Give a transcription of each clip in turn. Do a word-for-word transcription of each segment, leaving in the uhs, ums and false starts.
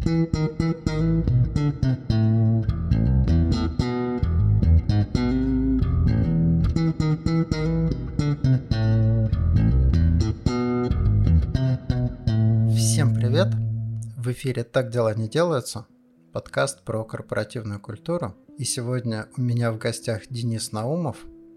Всем привет! В эфире «Так дела не делаются», подкаст про корпоративную культуру. И сегодня у меня в гостях Денис Наумов.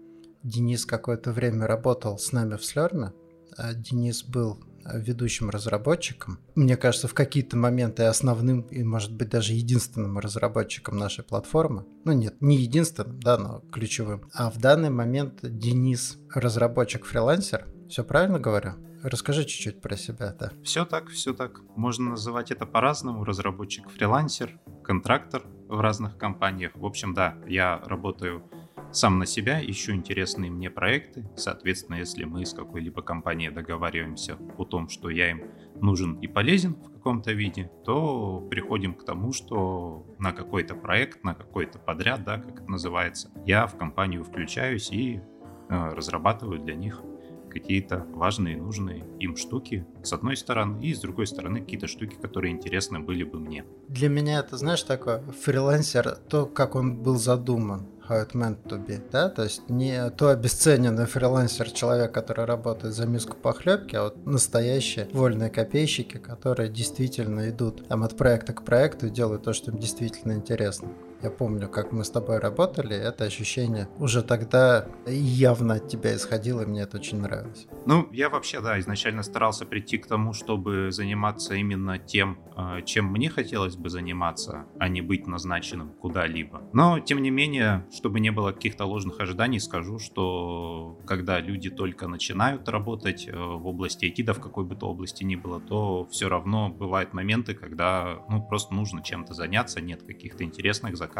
Денис какое-то время работал с нами в Slurm. Денис был ведущим разработчиком. Мне кажется, в какие-то моменты основным и, может быть, даже единственным разработчиком нашей платформы. Ну нет, не единственным, да, но ключевым. А в данный момент Денис разработчик-фрилансер. Все правильно говорю? Расскажи чуть-чуть про себя, да. Все так, все так. Можно называть это по-разному. Разработчик-фрилансер, контрактор в разных компаниях. В общем, да, я работаю сам на себя, ищу интересные мне проекты. Соответственно, если мы с какой-либо компанией договариваемся о том, что я им нужен и полезен в каком-то виде, то приходим к тому, что на какой-то проект, на какой-то подряд, да, как это называется, я в компанию включаюсь и э, разрабатываю для них какие-то важные, нужные им штуки, с одной стороны, и с другой стороны какие-то штуки, которые интересны были бы мне. Для меня это, знаешь, такое, фрилансер, то, как он был задуман, how it meant to be, да, то есть не то обесцененный фрилансер, человек, который работает за миску похлебки, а вот настоящие вольные копейщики, которые действительно идут там от проекта к проекту и делают то, что им действительно интересно. Я помню, как мы с тобой работали, это ощущение уже тогда явно от тебя исходило, и мне это очень нравилось. Ну, я вообще, да, изначально старался прийти к тому, чтобы заниматься именно тем, чем мне хотелось бы заниматься, а не быть назначенным куда-либо. Но, тем не менее, чтобы не было каких-то ложных ожиданий, скажу, что когда люди только начинают работать в области ай ти, да в какой бы то области ни было, то все равно бывают моменты, когда ну, просто нужно чем-то заняться, нет каких-то интересных заказов,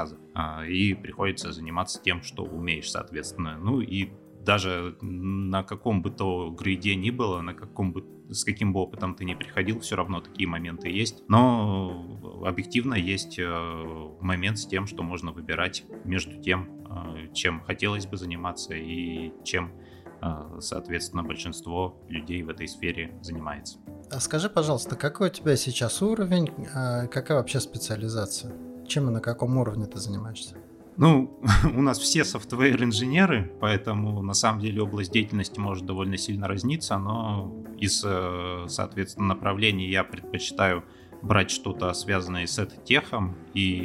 и приходится заниматься тем, что умеешь, соответственно. Ну и даже на каком бы то грейде ни было, на каком бы, с каким бы опытом ты ни приходил, все равно такие моменты есть. Но объективно есть момент с тем, что можно выбирать между тем, чем хотелось бы заниматься и чем, соответственно, большинство людей в этой сфере занимается. А скажи, пожалуйста, какой у тебя сейчас уровень, какая вообще специализация? Чем и на каком уровне ты занимаешься? Ну, у нас все софтвейр-инженеры, поэтому на самом деле область деятельности может довольно сильно разниться, но из, соответственно, направлений я предпочитаю брать что-то связанное с эд-техом,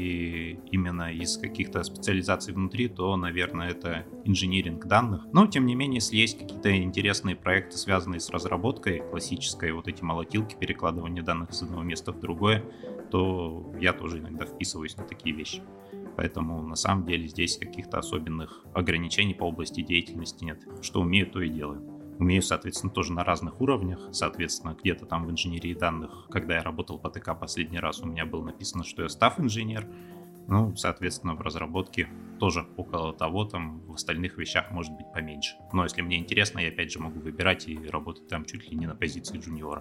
и именно из каких-то специализаций внутри, то, наверное, это инжиниринг данных. Но, тем не менее, если есть какие-то интересные проекты, связанные с разработкой классической, вот эти молотилки, перекладывание данных с одного места в другое, то я тоже иногда вписываюсь на такие вещи. Поэтому на самом деле здесь каких-то особенных ограничений по области деятельности нет. Что умею, то и делаю. Умею, соответственно, тоже на разных уровнях. Соответственно, где-то там в инженерии данных, когда я работал по ТК последний раз, у меня было написано, что я стафф-инженер. Ну, соответственно, в разработке тоже около того, там в остальных вещах может быть поменьше. Но если мне интересно, я опять же могу выбирать и работать там чуть ли не на позиции джуниора.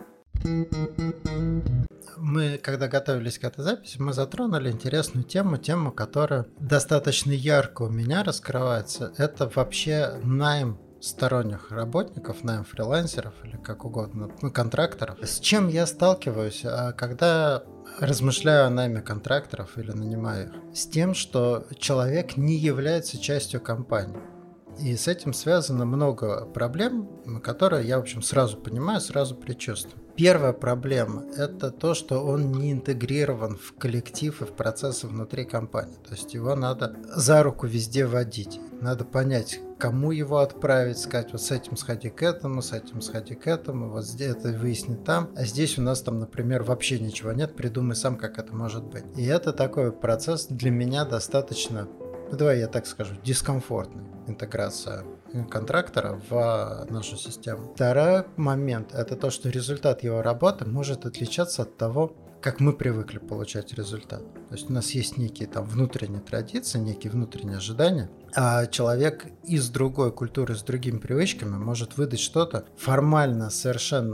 Мы, когда готовились к этой записи, мы затронули интересную тему, тему, которая достаточно ярко у меня раскрывается. Это вообще найм сторонних работников, найм фрилансеров или как угодно, ну, контракторов. С чем я сталкиваюсь, когда размышляю о найме контракторов или нанимаю их? С тем, что человек не является частью компании. И с этим связано много проблем, которые я, в общем, сразу понимаю, сразу предчувствую. Первая проблема – это то, что он не интегрирован в коллектив и в процессы внутри компании. То есть его надо за руку везде водить. Надо понять, кому его отправить, сказать, вот с этим сходи к этому, с этим сходи к этому, вот здесь это выясни там. А здесь у нас там, например, вообще ничего нет, придумай сам, как это может быть. И это такой процесс для меня достаточно, ну, давай я так скажу, дискомфортный. Интеграция контрактора в нашу систему. Второй момент – это то, что результат его работы может отличаться от того, как мы привыкли получать результат. То есть у нас есть некие там внутренние традиции, некие внутренние ожидания, а человек из другой культуры, с другими привычками может выдать что-то формально совершенно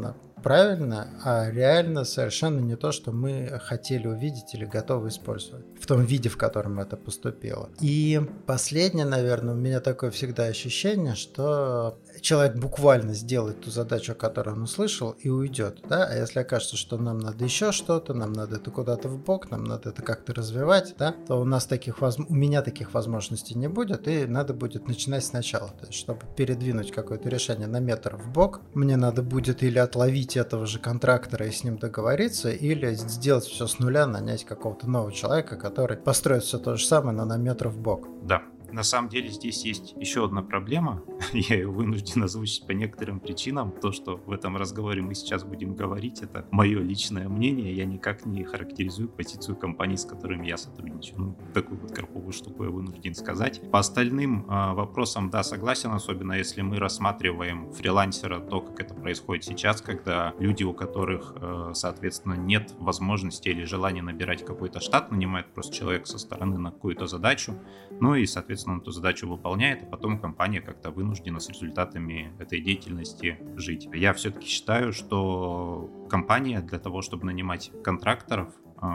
правильно, а реально совершенно не то, что мы хотели увидеть или готовы использовать в том виде, в котором это поступило. И последнее, наверное, у меня такое всегда ощущение, что человек буквально сделает ту задачу, которую он услышал, и уйдет. Да? А если окажется, что нам надо еще что-то, нам надо это куда-то в бок, нам надо это как-то развивать, да, то у нас таких воз... у меня таких возможностей не будет, и надо будет начинать сначала. То есть, чтобы передвинуть какое-то решение на метр в бок, мне надо будет или отловить этого же контрактора и с ним договориться, или сделать все с нуля, нанять какого-то нового человека, который построит все то же самое, но на метр в бок. Да. На самом деле здесь есть еще одна проблема, я ее вынужден озвучить по некоторым причинам. То, что в этом разговоре мы сейчас будем говорить, это мое личное мнение, я никак не характеризую позицию компаний, с которыми я сотрудничаю. Ну, такую вот короповую штуку я вынужден сказать. По остальным э, вопросам, да, согласен, особенно если мы рассматриваем фрилансера, то, как это происходит сейчас, когда люди, у которых, э, соответственно, нет возможности или желания набирать какой-то штат, нанимают просто человека со стороны на какую-то задачу, ну и, соответственно, он эту задачу выполняет, а потом компания как-то вынуждена с результатами этой деятельности жить. Я все-таки считаю, что компания для того, чтобы нанимать контракторов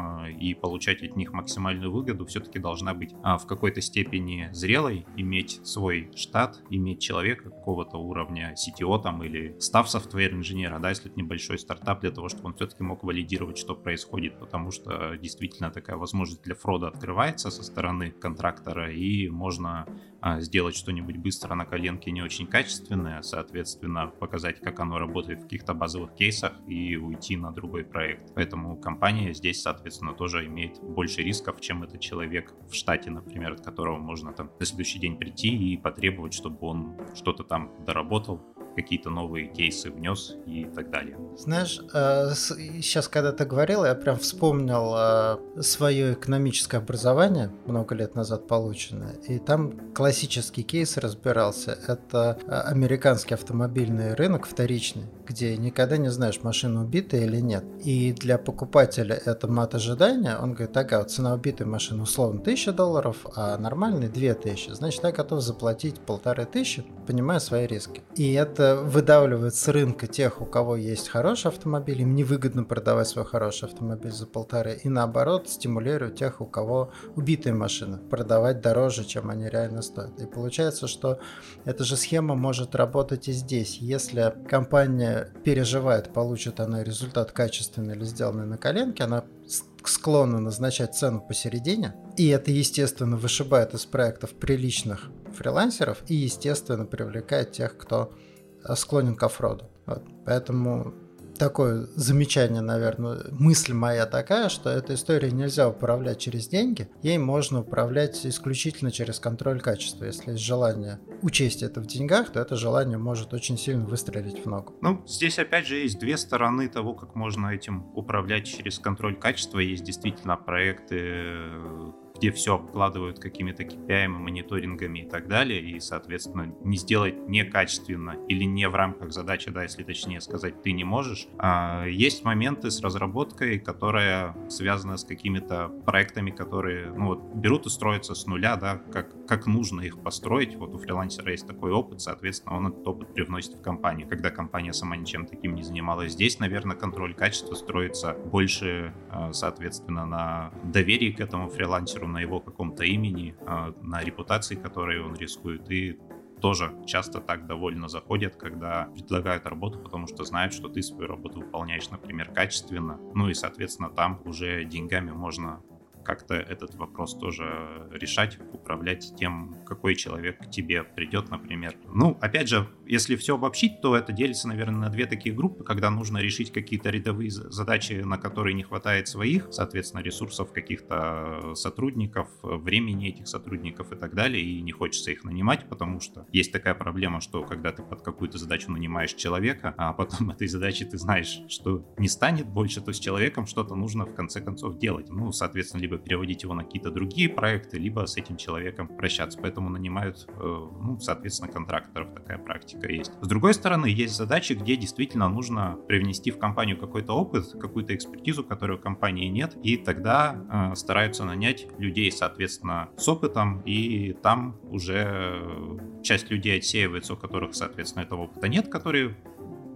и получать от них максимальную выгоду, все-таки должна быть в какой-то степени зрелой, иметь свой штат, иметь человека какого-то уровня си ти о там или став софтвер-инженера, да, если это небольшой стартап, для того, чтобы он все-таки мог валидировать, что происходит, потому что действительно такая возможность для фрода открывается со стороны контрактора, и можно сделать что-нибудь быстро на коленке не очень качественное, соответственно, показать, как оно работает в каких-то базовых кейсах и уйти на другой проект. Поэтому компания здесь, соответственно, тоже имеет больше рисков, чем этот человек в штате, например, от которого можно там на следующий день прийти и потребовать, чтобы он что-то там доработал, какие-то новые кейсы внес и так далее. Знаешь, сейчас, когда ты говорил, я прям вспомнил свое экономическое образование, много лет назад полученное, и там классический кейс разбирался. Это американский автомобильный рынок вторичный, где никогда не знаешь, машина убита или нет. И для покупателя это мат ожидания. Он говорит, ага, вот цена убитой машины условно тысяча долларов, а нормальной две тысячи. Значит, я готов заплатить полторы тысячи, понимая свои риски. И это выдавливает с рынка тех, у кого есть хороший автомобиль, им невыгодно продавать свой хороший автомобиль за полторы, и наоборот стимулирует тех, у кого убитые машины, продавать дороже, чем они реально стоят. И получается, что эта же схема может работать и здесь. Если компания переживает, получит она результат качественный или сделанный на коленке, она склонна назначать цену посередине, и это, естественно, вышибает из проектов приличных фрилансеров и, естественно, привлекает тех, кто склонен к оффроду. Вот. Поэтому такое замечание, наверное, мысль моя такая, что этой историей нельзя управлять через деньги, ей можно управлять исключительно через контроль качества. Если есть желание учесть это в деньгах, то это желание может очень сильно выстрелить в ногу. Ну, здесь опять же есть две стороны того, как можно этим управлять через контроль качества. Есть действительно проекты, где все обкладывают какими-то кей пи ай, мониторингами и так далее, и, соответственно, не сделать некачественно или не в рамках задачи, да, если точнее сказать, ты не можешь. А есть моменты с разработкой, которая связана с какими-то проектами, которые, ну, вот, берут и строятся с нуля, да, как, как нужно их построить. Вот у фрилансера есть такой опыт, соответственно, он этот опыт привносит в компанию, когда компания сама ничем таким не занималась. Здесь, наверное, контроль качества строится больше, соответственно, на доверии к этому фрилансеру, на его каком-то имени, на репутации, которой он рискует, и тоже часто так довольно заходят, когда предлагают работу, потому что знают, что ты свою работу выполняешь, например, качественно, ну и, соответственно, там уже деньгами можно как-то этот вопрос тоже решать, управлять тем, какой человек к тебе придет, например. Ну, опять же, если все обобщить, то это делится, наверное, на две такие группы, когда нужно решить какие-то рядовые задачи, на которые не хватает своих, соответственно, ресурсов каких-то сотрудников, времени этих сотрудников и так далее, и не хочется их нанимать, потому что есть такая проблема, что когда ты под какую-то задачу нанимаешь человека, а потом этой задачи ты знаешь, что не станет больше, то с человеком что-то нужно в конце концов делать. Ну, соответственно, либо переводить его на какие-то другие проекты, либо с этим человеком прощаться. Поэтому нанимают, ну, соответственно, контракторов. Такая практика есть. С другой стороны, есть задачи, где действительно нужно привнести в компанию какой-то опыт, какую-то экспертизу, которой у компании нет, и тогда э, стараются нанять людей, соответственно, с опытом, и там уже часть людей отсеивается, у которых, соответственно, этого опыта нет, которые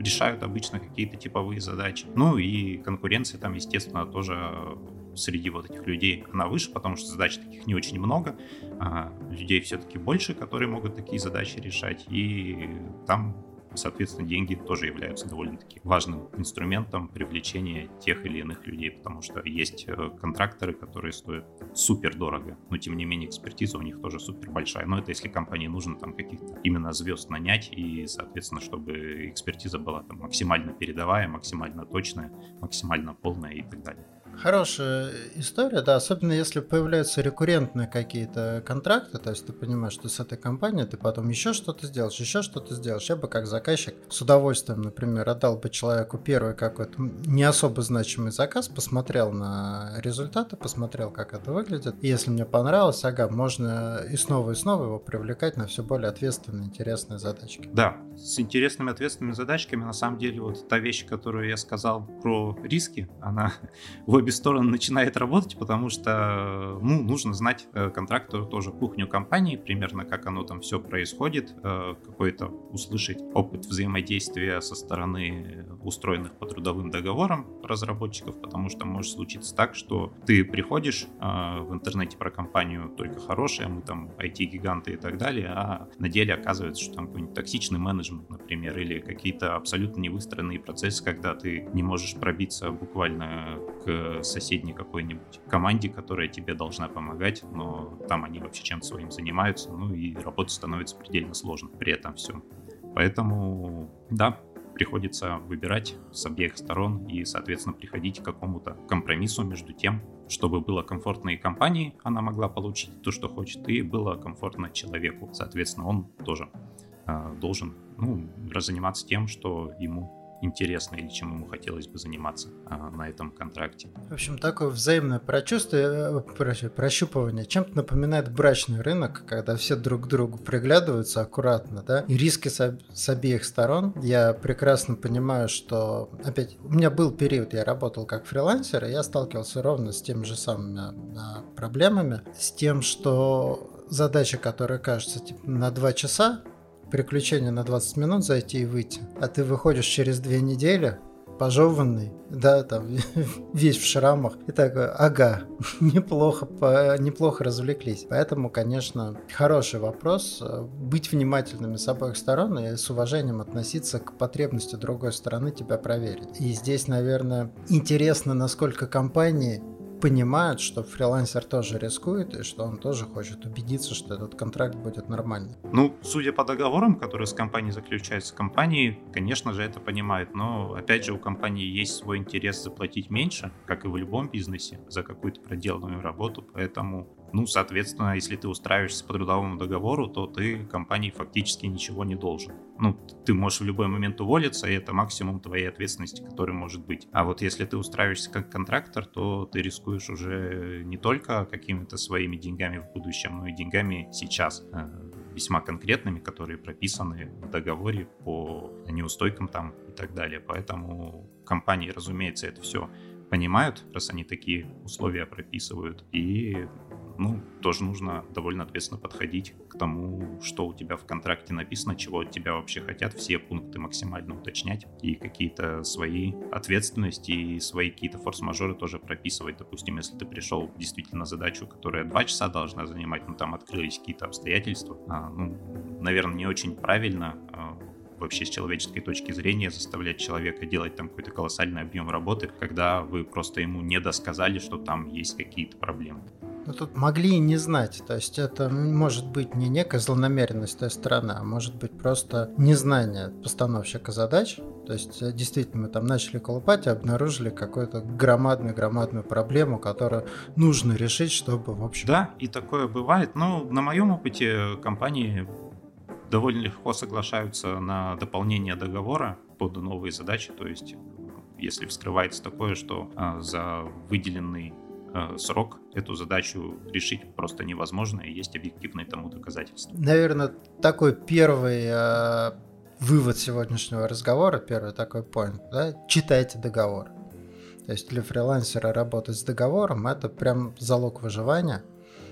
решают обычно какие-то типовые задачи. Ну и конкуренция там, естественно, тоже среди вот этих людей она выше, потому что задач таких не очень много, а людей все-таки больше, которые могут такие задачи решать, и там, соответственно, деньги тоже являются довольно-таки важным инструментом привлечения тех или иных людей, потому что есть контракторы, которые стоят супер дорого, но тем не менее экспертиза у них тоже супер большая. Но это если компании нужно там каких-то именно звезд нанять, и, соответственно, чтобы экспертиза была там максимально передовая, максимально точная, максимально полная и так далее. Хорошая история, да, особенно если появляются рекуррентные какие-то контракты, то есть ты понимаешь, что с этой компанией ты потом еще что-то сделаешь, еще что-то сделаешь. Я бы как заказчик с удовольствием, например, отдал бы человеку первый какой-то не особо значимый заказ, посмотрел на результаты, посмотрел, как это выглядит, и если мне понравилось, ага, можно и снова и снова его привлекать на все более ответственные, интересные задачки. Да, с интересными ответственными задачками, на самом деле, вот та вещь, которую я сказал про риски, она в обе стороны начинает работать, потому что, ну, нужно знать контрактору тоже кухню компании, примерно как оно там все происходит, какой-то услышать опыт взаимодействия со стороны устроенных по трудовым договорам разработчиков, потому что может случиться так, что ты приходишь в интернете про компанию только хорошая, мы там ай ти-гиганты и так далее, а на деле оказывается, что там какой-нибудь токсичный менеджмент, например, или какие-то абсолютно невыстроенные процессы, когда ты не можешь пробиться буквально к соседней какой-нибудь команде, которая тебе должна помогать, но там они вообще чем-то своим занимаются, ну и работа становится предельно сложной при этом всем. Поэтому, да, приходится выбирать с обеих сторон и, соответственно, приходить к какому-то компромиссу между тем, чтобы было комфортно и компании, она могла получить то, что хочет, и было комфортно человеку. Соответственно, он тоже э, должен ну, заниматься тем, что ему интересно или чем ему хотелось бы заниматься а, на этом контракте. В общем, такое взаимное прочувствие, прощупывание чем-то напоминает брачный рынок, когда все друг к другу приглядываются аккуратно, да, и риски с, с обеих сторон. Я прекрасно понимаю, что, опять, у меня был период, я работал как фрилансер, и я сталкивался ровно с теми же самыми а, проблемами, с тем, что задача, которая кажется типа, на два часа, приключение на двадцать минут зайти и выйти, а ты выходишь через две недели, пожеванный, да, там, весь в шрамах, и такой, ага, неплохо, по, неплохо развлеклись. Поэтому, конечно, хороший вопрос, быть внимательными с обоих сторон и с уважением относиться к потребности другой стороны тебя проверить. И здесь, наверное, интересно, насколько компании понимают, что фрилансер тоже рискует, и что он тоже хочет убедиться, что этот контракт будет нормальный. Ну, судя по договорам, которые с компанией заключаются, компании, конечно же, это понимают, но, опять же, у компании есть свой интерес заплатить меньше, как и в любом бизнесе, за какую-то проделанную работу, поэтому, ну, соответственно, если ты устраиваешься по трудовому договору, то ты компании фактически ничего не должен. Ну, ты можешь в любой момент уволиться, и это максимум твоей ответственности, который может быть. А вот если ты устраиваешься как контрактор, то ты рискуешь уже не только какими-то своими деньгами в будущем, но и деньгами сейчас, весьма конкретными, которые прописаны в договоре по неустойкам там и так далее. Поэтому компании, разумеется, это все понимают, раз они такие условия прописывают, и ну, тоже нужно довольно ответственно подходить к тому, что у тебя в контракте написано, чего от тебя вообще хотят, все пункты максимально уточнять и какие-то свои ответственности и свои какие-то форс-мажоры тоже прописывать. Допустим, если ты пришел действительно на задачу, которая два часа должна занимать, ну там открылись какие-то обстоятельства, а, ну, наверное, не очень правильно а, вообще с человеческой точки зрения заставлять человека делать там какой-то колоссальный объем работы, когда вы просто ему не досказали, что там есть какие-то проблемы. Ну, тут могли и не знать, то есть это может быть не некая злонамеренность той стороны, а может быть просто незнание постановщика задач, то есть действительно мы там начали колупать и обнаружили какую-то громадную-громадную проблему, которую нужно решить, чтобы в общем... Да, и такое бывает, но на моем опыте компании довольно легко соглашаются на дополнение договора под новые задачи, то есть если вскрывается такое, что а, за выделенный срок эту задачу решить просто невозможно, и есть объективные тому доказательства. Наверное, такой первый э, вывод сегодняшнего разговора, первый такой point, да, читайте договор. То есть для фрилансера работать с договором — это прям залог выживания.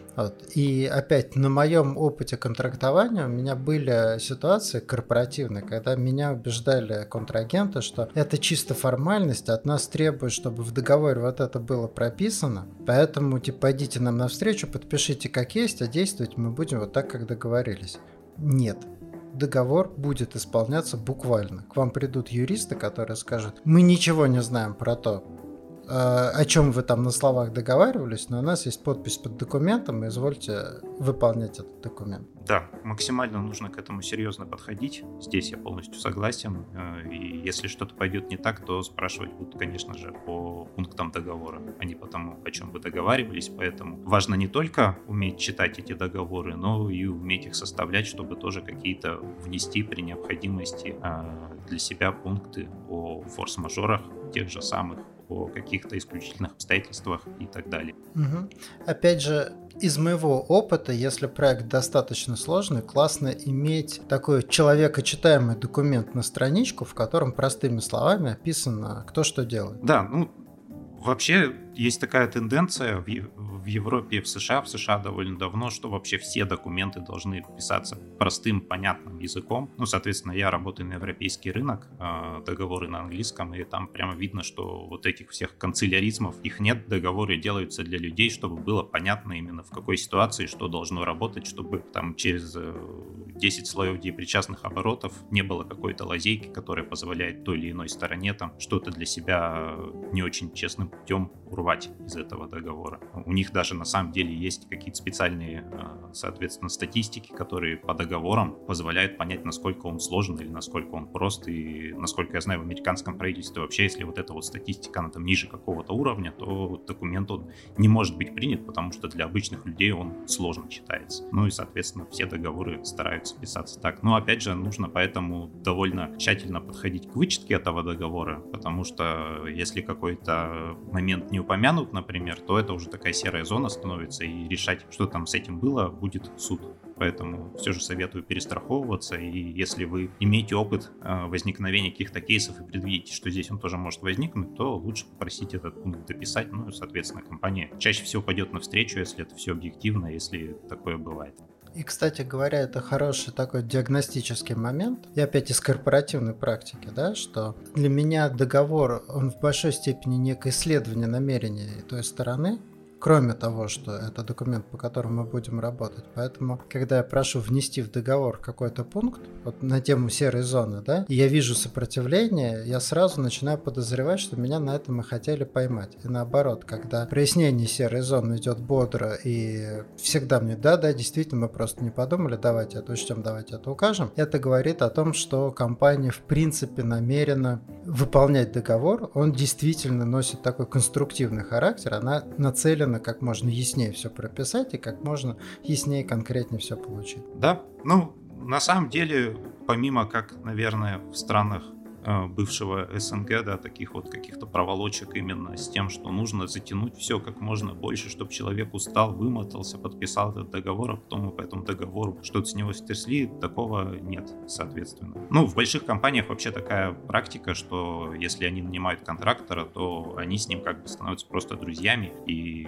Вот. И опять на моем опыте контрактования у меня были ситуации корпоративные, когда меня убеждали контрагенты, что это чисто формальность, от нас требуют, чтобы в договоре вот это было прописано, поэтому типа пойдите нам навстречу, подпишите как есть, а действовать мы будем вот так, как договорились. Нет. Договор будет исполняться буквально. К вам придут юристы, которые скажут: мы ничего не знаем про то, о чем вы там на словах договаривались, но у нас есть подпись под документом, и извольте выполнять этот документ. Да, максимально нужно к этому серьезно подходить. Здесь я полностью согласен. И если что-то пойдет не так, то спрашивать будут, конечно же, по пунктам договора, а не по тому, о чем вы договаривались. Поэтому важно не только уметь читать эти договоры, но и уметь их составлять, чтобы тоже какие-то внести при необходимости для себя пункты о форс-мажорах, тех же самых, о каких-то исключительных обстоятельствах и так далее. Угу. Опять же, из моего опыта, если проект достаточно сложный, классно иметь такой человекочитаемый документ на страничку, в котором простыми словами описано, кто что делает. Да, ну, вообще есть такая тенденция в Европе и в США, в США довольно давно, что вообще все документы должны писаться простым, понятным языком. Ну, соответственно, я работаю на европейский рынок, договоры на английском, и там прямо видно, что вот этих всех канцеляризмов, их нет, договоры делаются для людей, чтобы было понятно именно в какой ситуации что должно работать, чтобы там через десять слоев депричастных оборотов не было какой-то лазейки, которая позволяет той или иной стороне там что-то для себя не очень честным путем урвать из этого договора. У них даже на самом деле есть какие-то специальные, соответственно, статистики, которые по договорам позволяют понять, насколько он сложен или насколько он прост. И, насколько я знаю, в американском правительстве вообще, если вот эта вот статистика, она там ниже какого-то уровня, то документ он не может быть принят, потому что для обычных людей он сложно читается. Ну и, соответственно, все договоры стараются писаться так. Но, опять же, нужно поэтому довольно тщательно подходить к вычетке этого договора, потому что если какой-то момент не упомянут, например, то это уже такая серая зона становится, и решать, что там с этим было, будет суд. Поэтому все же советую перестраховываться, и если вы имеете опыт э, возникновения каких-то кейсов и предвидите, что здесь он тоже может возникнуть, то лучше попросить этот пункт дописать, ну и, соответственно, компания чаще всего пойдет навстречу, если это все объективно, если такое бывает. И, кстати говоря, это хороший такой диагностический момент. И опять из корпоративной практики, да, что для меня договор, он в большой степени некое исследование намерений той стороны, кроме того, что это документ, по которому мы будем работать. Поэтому, когда я прошу внести в договор какой-то пункт, вот на тему серой зоны, да, и я вижу сопротивление, я сразу начинаю подозревать, что меня на этом и хотели поймать. И наоборот, когда прояснение серой зоны идет бодро и всегда мне, да-да, действительно, мы просто не подумали, давайте это учтем, давайте это укажем, это говорит о том, что компания в принципе намерена выполнять договор, он действительно носит такой конструктивный характер, она нацелена как можно яснее все прописать и как можно яснее и конкретнее все получить. Да, ну, на самом деле, помимо как, наверное, в странах э, бывшего СНГ, да, таких вот каких-то проволочек именно с тем, что нужно затянуть все как можно больше, чтобы человек устал, вымотался, подписал этот договор, а потом мы по этому договору что-то с него стрясли, такого нет, соответственно. Ну, в больших компаниях вообще такая практика, что если они нанимают контрактора, то они с ним как бы становятся просто друзьями, и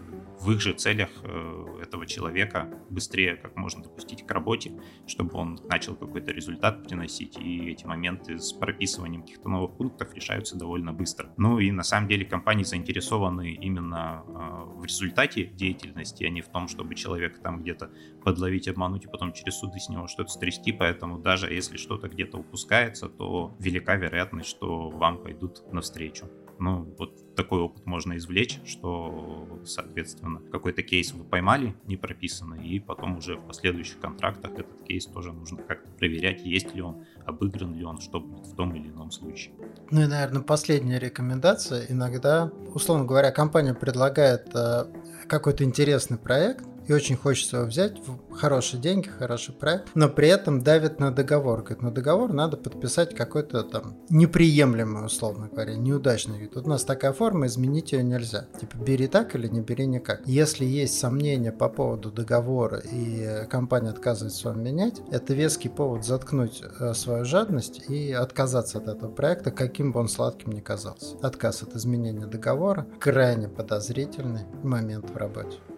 в их же целях этого человека быстрее как можно допустить к работе, чтобы он начал какой-то результат приносить, и эти моменты с прописыванием каких-то новых пунктов решаются довольно быстро. Ну и на самом деле компании заинтересованы именно в результате деятельности, а не в том, чтобы человека там где-то подловить, обмануть и потом через суды с него что-то стрясти, поэтому даже если что-то где-то упускается, то велика вероятность, что вам пойдут навстречу. Ну, вот такой опыт можно извлечь, что, соответственно, какой-то кейс вы поймали, не прописанный, и потом уже в последующих контрактах этот кейс тоже нужно как-то проверять, есть ли он, обыгран ли он, что будет в том или ином случае. Ну и, наверное, последняя рекомендация. Иногда, условно говоря, компания предлагает э, какой-то интересный проект, и очень хочется его взять, хорошие деньги, хороший проект, но при этом давит на договор. Говорит, на договор надо подписать какой-то там неприемлемый, условно говоря, неудачный вид. Вот у нас такая форма, изменить ее нельзя. Типа, бери так или не бери никак. Если есть сомнения по поводу договора и компания отказывается вам менять, это веский повод заткнуть свою жадность и отказаться от этого проекта, каким бы он сладким ни казался. Отказ от изменения договора – крайне подозрительный момент в работе.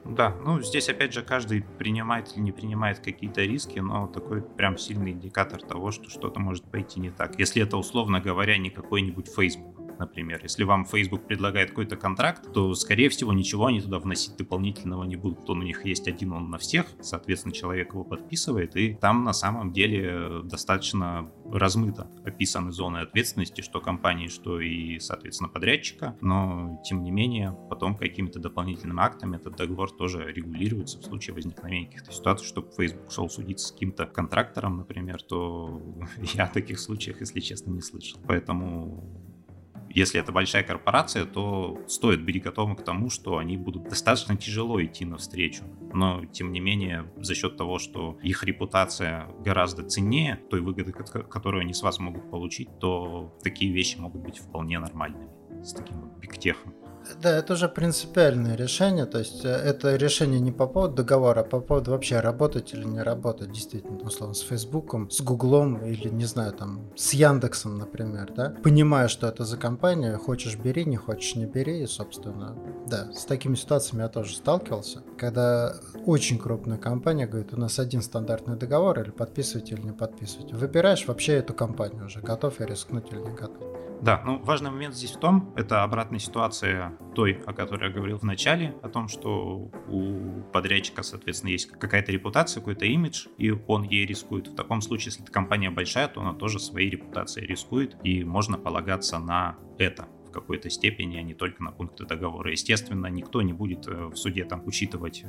Да, ну здесь опять же каждый принимает или не принимает какие-то риски, но такой прям сильный индикатор того, что что-то может пойти не так. Если это, условно говоря, не какой-нибудь Facebook, например. Если вам Facebook предлагает какой-то контракт, то, скорее всего, ничего они туда вносить дополнительного не будут. Он у них есть один, он на всех, соответственно, человек его подписывает, и там на самом деле достаточно размыто описаны зоны ответственности, что компании, что и, соответственно, подрядчика, но, тем не менее, потом какими-то дополнительными актами этот договор тоже регулируется в случае возникновения каких-то ситуаций, чтобы Facebook шел судиться с каким-то контрактором, например, то я о таких случаях, если честно, не слышал. Поэтому... Если это большая корпорация, то стоит быть готовым к тому, что они будут достаточно тяжело идти навстречу. Но, тем не менее, за счет того, что их репутация гораздо ценнее той выгоды, которую они с вас могут получить, то такие вещи могут быть вполне нормальными с таким вот бигтехом. Да, это уже принципиальное решение, то есть это решение не по поводу договора, а по поводу вообще работать или не работать, действительно, условно, с Фейсбуком, с Гуглом или, не знаю, там, с Яндексом, например, да, понимая, что это за компания, хочешь бери, не хочешь не бери, и, собственно, да, с такими ситуациями я тоже сталкивался, когда очень крупная компания говорит, у нас один стандартный договор, или подписывайте, или не подписывайте, выбираешь вообще эту компанию уже, готов я рискнуть или не готов. Да, ну важный момент здесь в том, это обратная ситуация той, о которой я говорил в начале, о том, что у подрядчика, соответственно, есть какая-то репутация, какой-то имидж, и он ей рискует. В таком случае, если эта компания большая, то она тоже своей репутацией рискует, и можно полагаться на это в какой-то степени, а не только на пункты договора. Естественно, никто не будет в суде там учитывать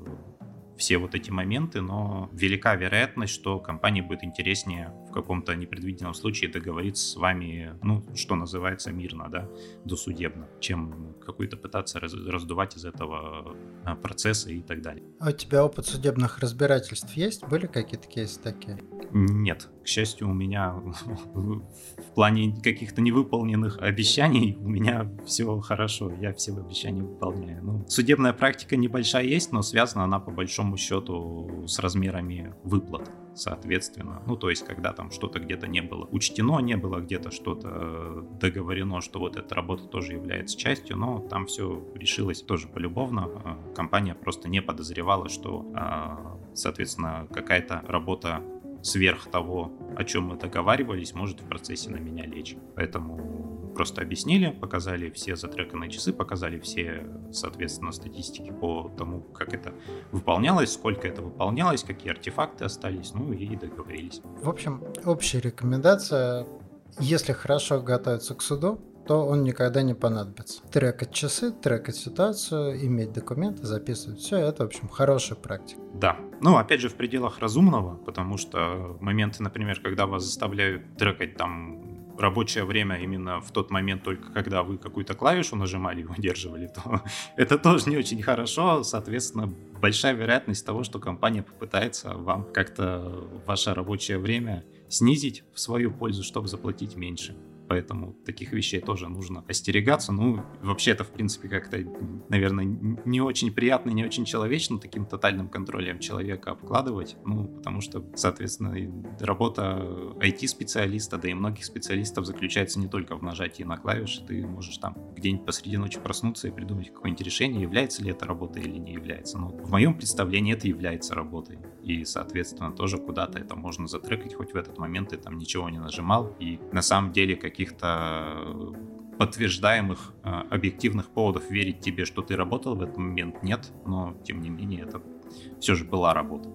все вот эти моменты, но велика вероятность, что компании будет интереснее в каком-то непредвиденном случае договориться с вами, ну, что называется, мирно, да, досудебно, чем какой-то пытаться раз, раздувать из этого процесса и так далее. А у тебя опыт судебных разбирательств есть? Были какие-то кейсы такие? Нет. К счастью, у меня в плане каких-то невыполненных обещаний у меня все хорошо, я все обещания выполняю. Ну, судебная практика небольшая есть, но связана она по большому счету с размерами выплат, соответственно. Ну, то есть, когда там что-то где-то не было учтено, не было где-то что-то договорено, что вот эта работа тоже является частью, но там все решилось тоже полюбовно. Компания просто не подозревала, что, соответственно, какая-то работа сверх того, о чем мы договаривались, может в процессе на меня лечь. Поэтому просто объяснили, показали все затреканные часы, показали все, соответственно, статистики по тому, как это выполнялось, сколько это выполнялось, какие артефакты остались, ну и договорились. В общем, общая рекомендация, если хорошо готовиться к суду, то он никогда не понадобится. Трекать часы, трекать ситуацию, иметь документы, записывать. Все это, в общем, хорошая практика. Да. Ну, опять же, в пределах разумного, потому что моменты, например, когда вас заставляют трекать там рабочее время именно в тот момент, только когда вы какую-то клавишу нажимали и удерживали, то это тоже не очень хорошо. Соответственно, большая вероятность того, что компания попытается вам как-то ваше рабочее время снизить в свою пользу, чтобы заплатить меньше. Поэтому таких вещей тоже нужно остерегаться. Ну, вообще это, в принципе, как-то, наверное, не очень приятно, не очень человечно таким тотальным контролем человека обкладывать. Ну, потому что, соответственно, работа ай ти-специалиста, да и многих специалистов заключается не только в нажатии на клавиши. Ты можешь там где-нибудь посреди ночи проснуться и придумать какое-нибудь решение, является ли это работой или не является. Но в моем представлении это является работой. И, соответственно, тоже куда-то это можно затрекать, хоть в этот момент ты там ничего не нажимал. И на самом деле каких-то подтверждаемых объективных поводов верить тебе, что ты работал в этот момент, нет. Но, тем не менее, это все же была работа.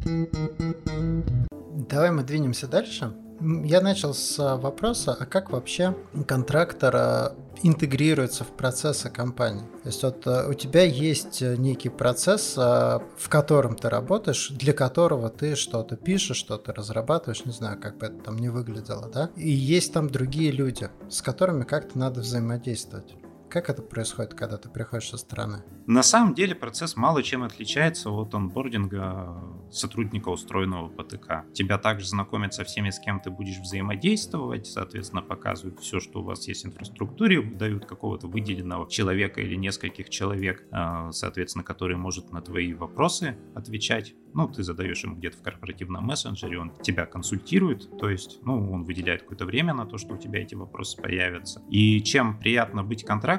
Давай мы двинемся дальше. Я начал с вопроса, а как вообще контрактор интегрируется в процессы компании? То есть вот у тебя есть некий процесс, в котором ты работаешь, для которого ты что-то пишешь, что-то разрабатываешь, не знаю, как бы это там не выглядело, да? И есть там другие люди, с которыми как-то надо взаимодействовать. Как это происходит, когда ты приходишь со стороны? На самом деле процесс мало чем отличается от онбординга сотрудника, устроенного по ТК. Тебя также знакомят со всеми, с кем ты будешь взаимодействовать, соответственно, показывают все, что у вас есть в инфраструктуре, дают какого-то выделенного человека или нескольких человек, соответственно, который может на твои вопросы отвечать. Ну, ты задаешь ему где-то в корпоративном мессенджере, он тебя консультирует, то есть, ну, он выделяет какое-то время на то, что у тебя эти вопросы появятся. И чем приятно быть контрактором,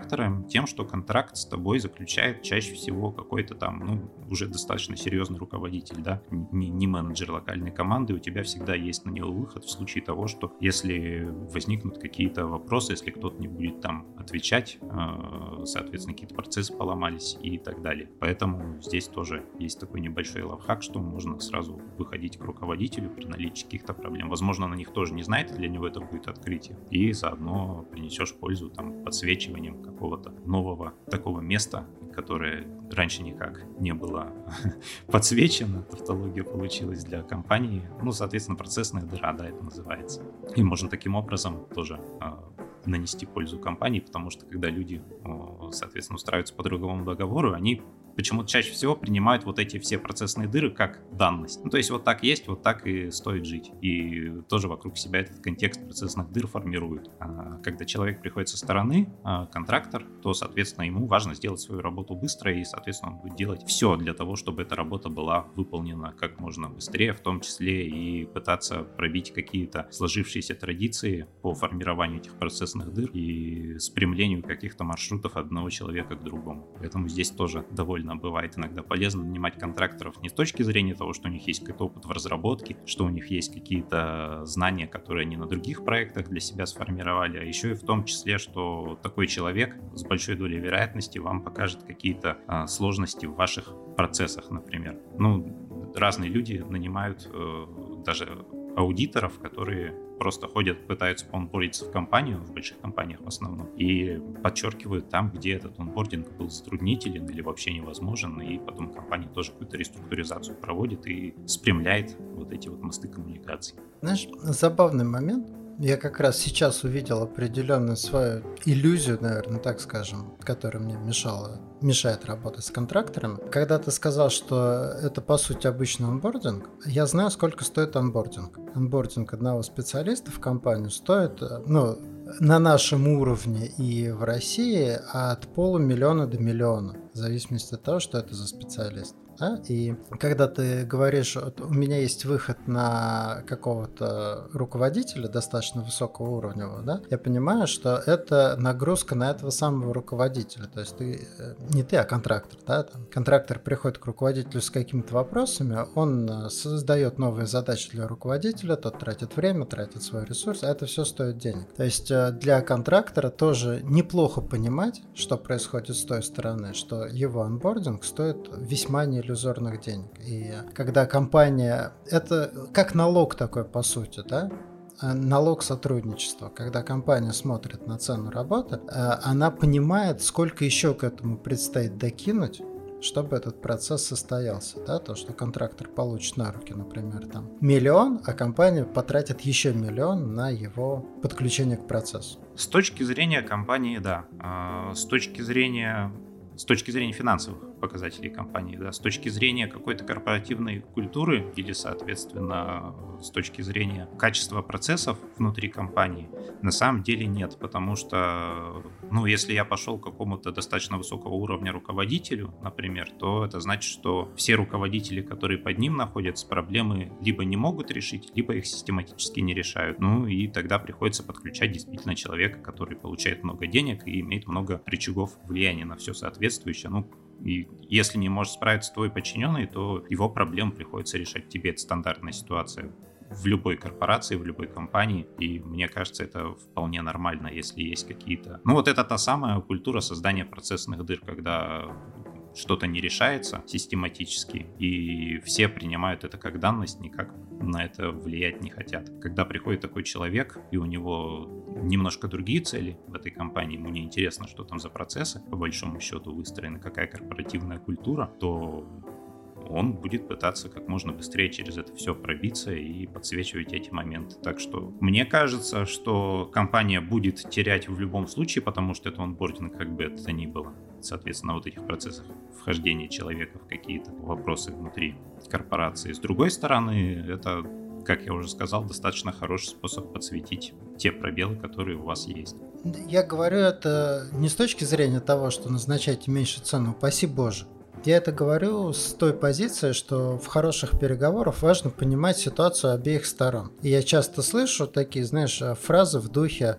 контрактором тем, что контракт с тобой заключает чаще всего какой-то там, ну, уже достаточно серьезный руководитель, да, не, не менеджер локальной команды, у тебя всегда есть на него выход в случае того, что если возникнут какие-то вопросы, если кто-то не будет там отвечать, соответственно, какие-то процессы поломались и так далее. Поэтому здесь тоже есть такой небольшой лайфхак, что можно сразу выходить к руководителю при наличии каких-то проблем. Возможно, на них тоже не знает, и для него это будет открытие. И заодно принесешь пользу там подсвечиванием какого-то нового такого места, которое раньше никак не было подсвечено. Тавтология получилась для компании. Ну, соответственно, процессная дыра, да, это называется. И можно таким образом тоже нанести пользу компании, потому что когда люди, соответственно, устраиваются по трудовому договору, они почему-то чаще всего принимают вот эти все процессные дыры как данность. Ну, то есть вот так есть, вот так и стоит жить. И тоже вокруг себя этот контекст процессных дыр формируют. А когда человек приходит со стороны, контрактор, то, соответственно, ему важно сделать свою работу быстро, и, соответственно, он будет делать все для того, чтобы эта работа была выполнена как можно быстрее, в том числе и пытаться пробить какие-то сложившиеся традиции по формированию этих процессных дыр и спрямлению каких-то маршрутов одного человека к другому. Поэтому здесь тоже довольно бывает иногда полезно нанимать контракторов не с точки зрения того, что у них есть какой-то опыт в разработке, что у них есть какие-то знания, которые они на других проектах для себя сформировали, а еще и в том числе, что такой человек с большой долей вероятности вам покажет какие-то а, сложности в ваших процессах, например. Ну, разные люди нанимают э, даже аудиторов, которые просто ходят, пытаются онбордиться в компанию, в больших компаниях в основном, и подчеркивают там, где этот онбординг был затруднителен или вообще невозможен, и потом компания тоже какую-то реструктуризацию проводит и спрямляет вот эти вот мосты коммуникаций. Знаешь, забавный момент. Я как раз сейчас увидел определенную свою иллюзию, наверное, так скажем, которая мне мешала, мешает работать с контракторами. Когда ты сказал, что это по сути обычный онбординг, я знаю, сколько стоит онбординг. Онбординг одного специалиста в компанию стоит, ну, на нашем уровне и в России от полумиллиона до миллиона, в зависимости от того, что это за специалист. Да? И когда ты говоришь, вот у меня есть выход на какого-то руководителя достаточно высокого уровня, да, я понимаю, что это нагрузка на этого самого руководителя. То есть ты, не ты, а контрактор. Да? Там, контрактор приходит к руководителю с какими-то вопросами, он создает новые задачи для руководителя, тот тратит время, тратит свой ресурс, а это все стоит денег. То есть для контрактора тоже неплохо понимать, что происходит с той стороны, что его онбординг стоит весьма неиллюзорных денег. И когда компания... Это как налог такой, по сути, да? Налог сотрудничества. Когда компания смотрит на цену работы, она понимает, сколько еще к этому предстоит докинуть, чтобы этот процесс состоялся. Да? То, что контрактор получит на руки, например, там миллион, а компания потратит еще миллион на его подключение к процессу. С точки зрения компании, да. С точки зрения... С точки зрения финансовых показателей компании, да, с точки зрения какой-то корпоративной культуры или, соответственно, с точки зрения качества процессов внутри компании, на самом деле нет, потому что, ну, если я пошел к какому-то достаточно высокого уровня руководителю, например, то это значит, что все руководители, которые под ним находятся, проблемы либо не могут решить, либо их систематически не решают. Ну, и тогда приходится подключать действительно человека, который получает много денег и имеет много рычагов влияния на все соответствующее. Ну, и если не может справиться твой подчиненный, то его проблем приходится решать тебе. Это стандартная ситуация в любой корпорации, в любой компании. И мне кажется, это вполне нормально, если есть какие-то... Ну вот это та самая культура создания процессных дыр, когда что-то не решается систематически, и все принимают это как данность, никак на это влиять не хотят. Когда приходит такой человек, и у него немножко другие цели в этой компании, ему не интересно, что там за процессы, по большому счету, выстроены, какая корпоративная культура, то он будет пытаться как можно быстрее через это все пробиться и подсвечивать эти моменты. Так что мне кажется, что компания будет терять в любом случае, потому что это онбординг, как бы это ни было. Соответственно, вот этих процессах вхождения человека в какие-то вопросы внутри корпорации. С другой стороны, это, как я уже сказал, достаточно хороший способ подсветить те пробелы, которые у вас есть. Я говорю это не с точки зрения того, что назначайте меньше цену, упаси Боже. Я это говорю с той позиции, что в хороших переговорах важно понимать ситуацию обеих сторон. И я часто слышу такие, знаешь, фразы в духе: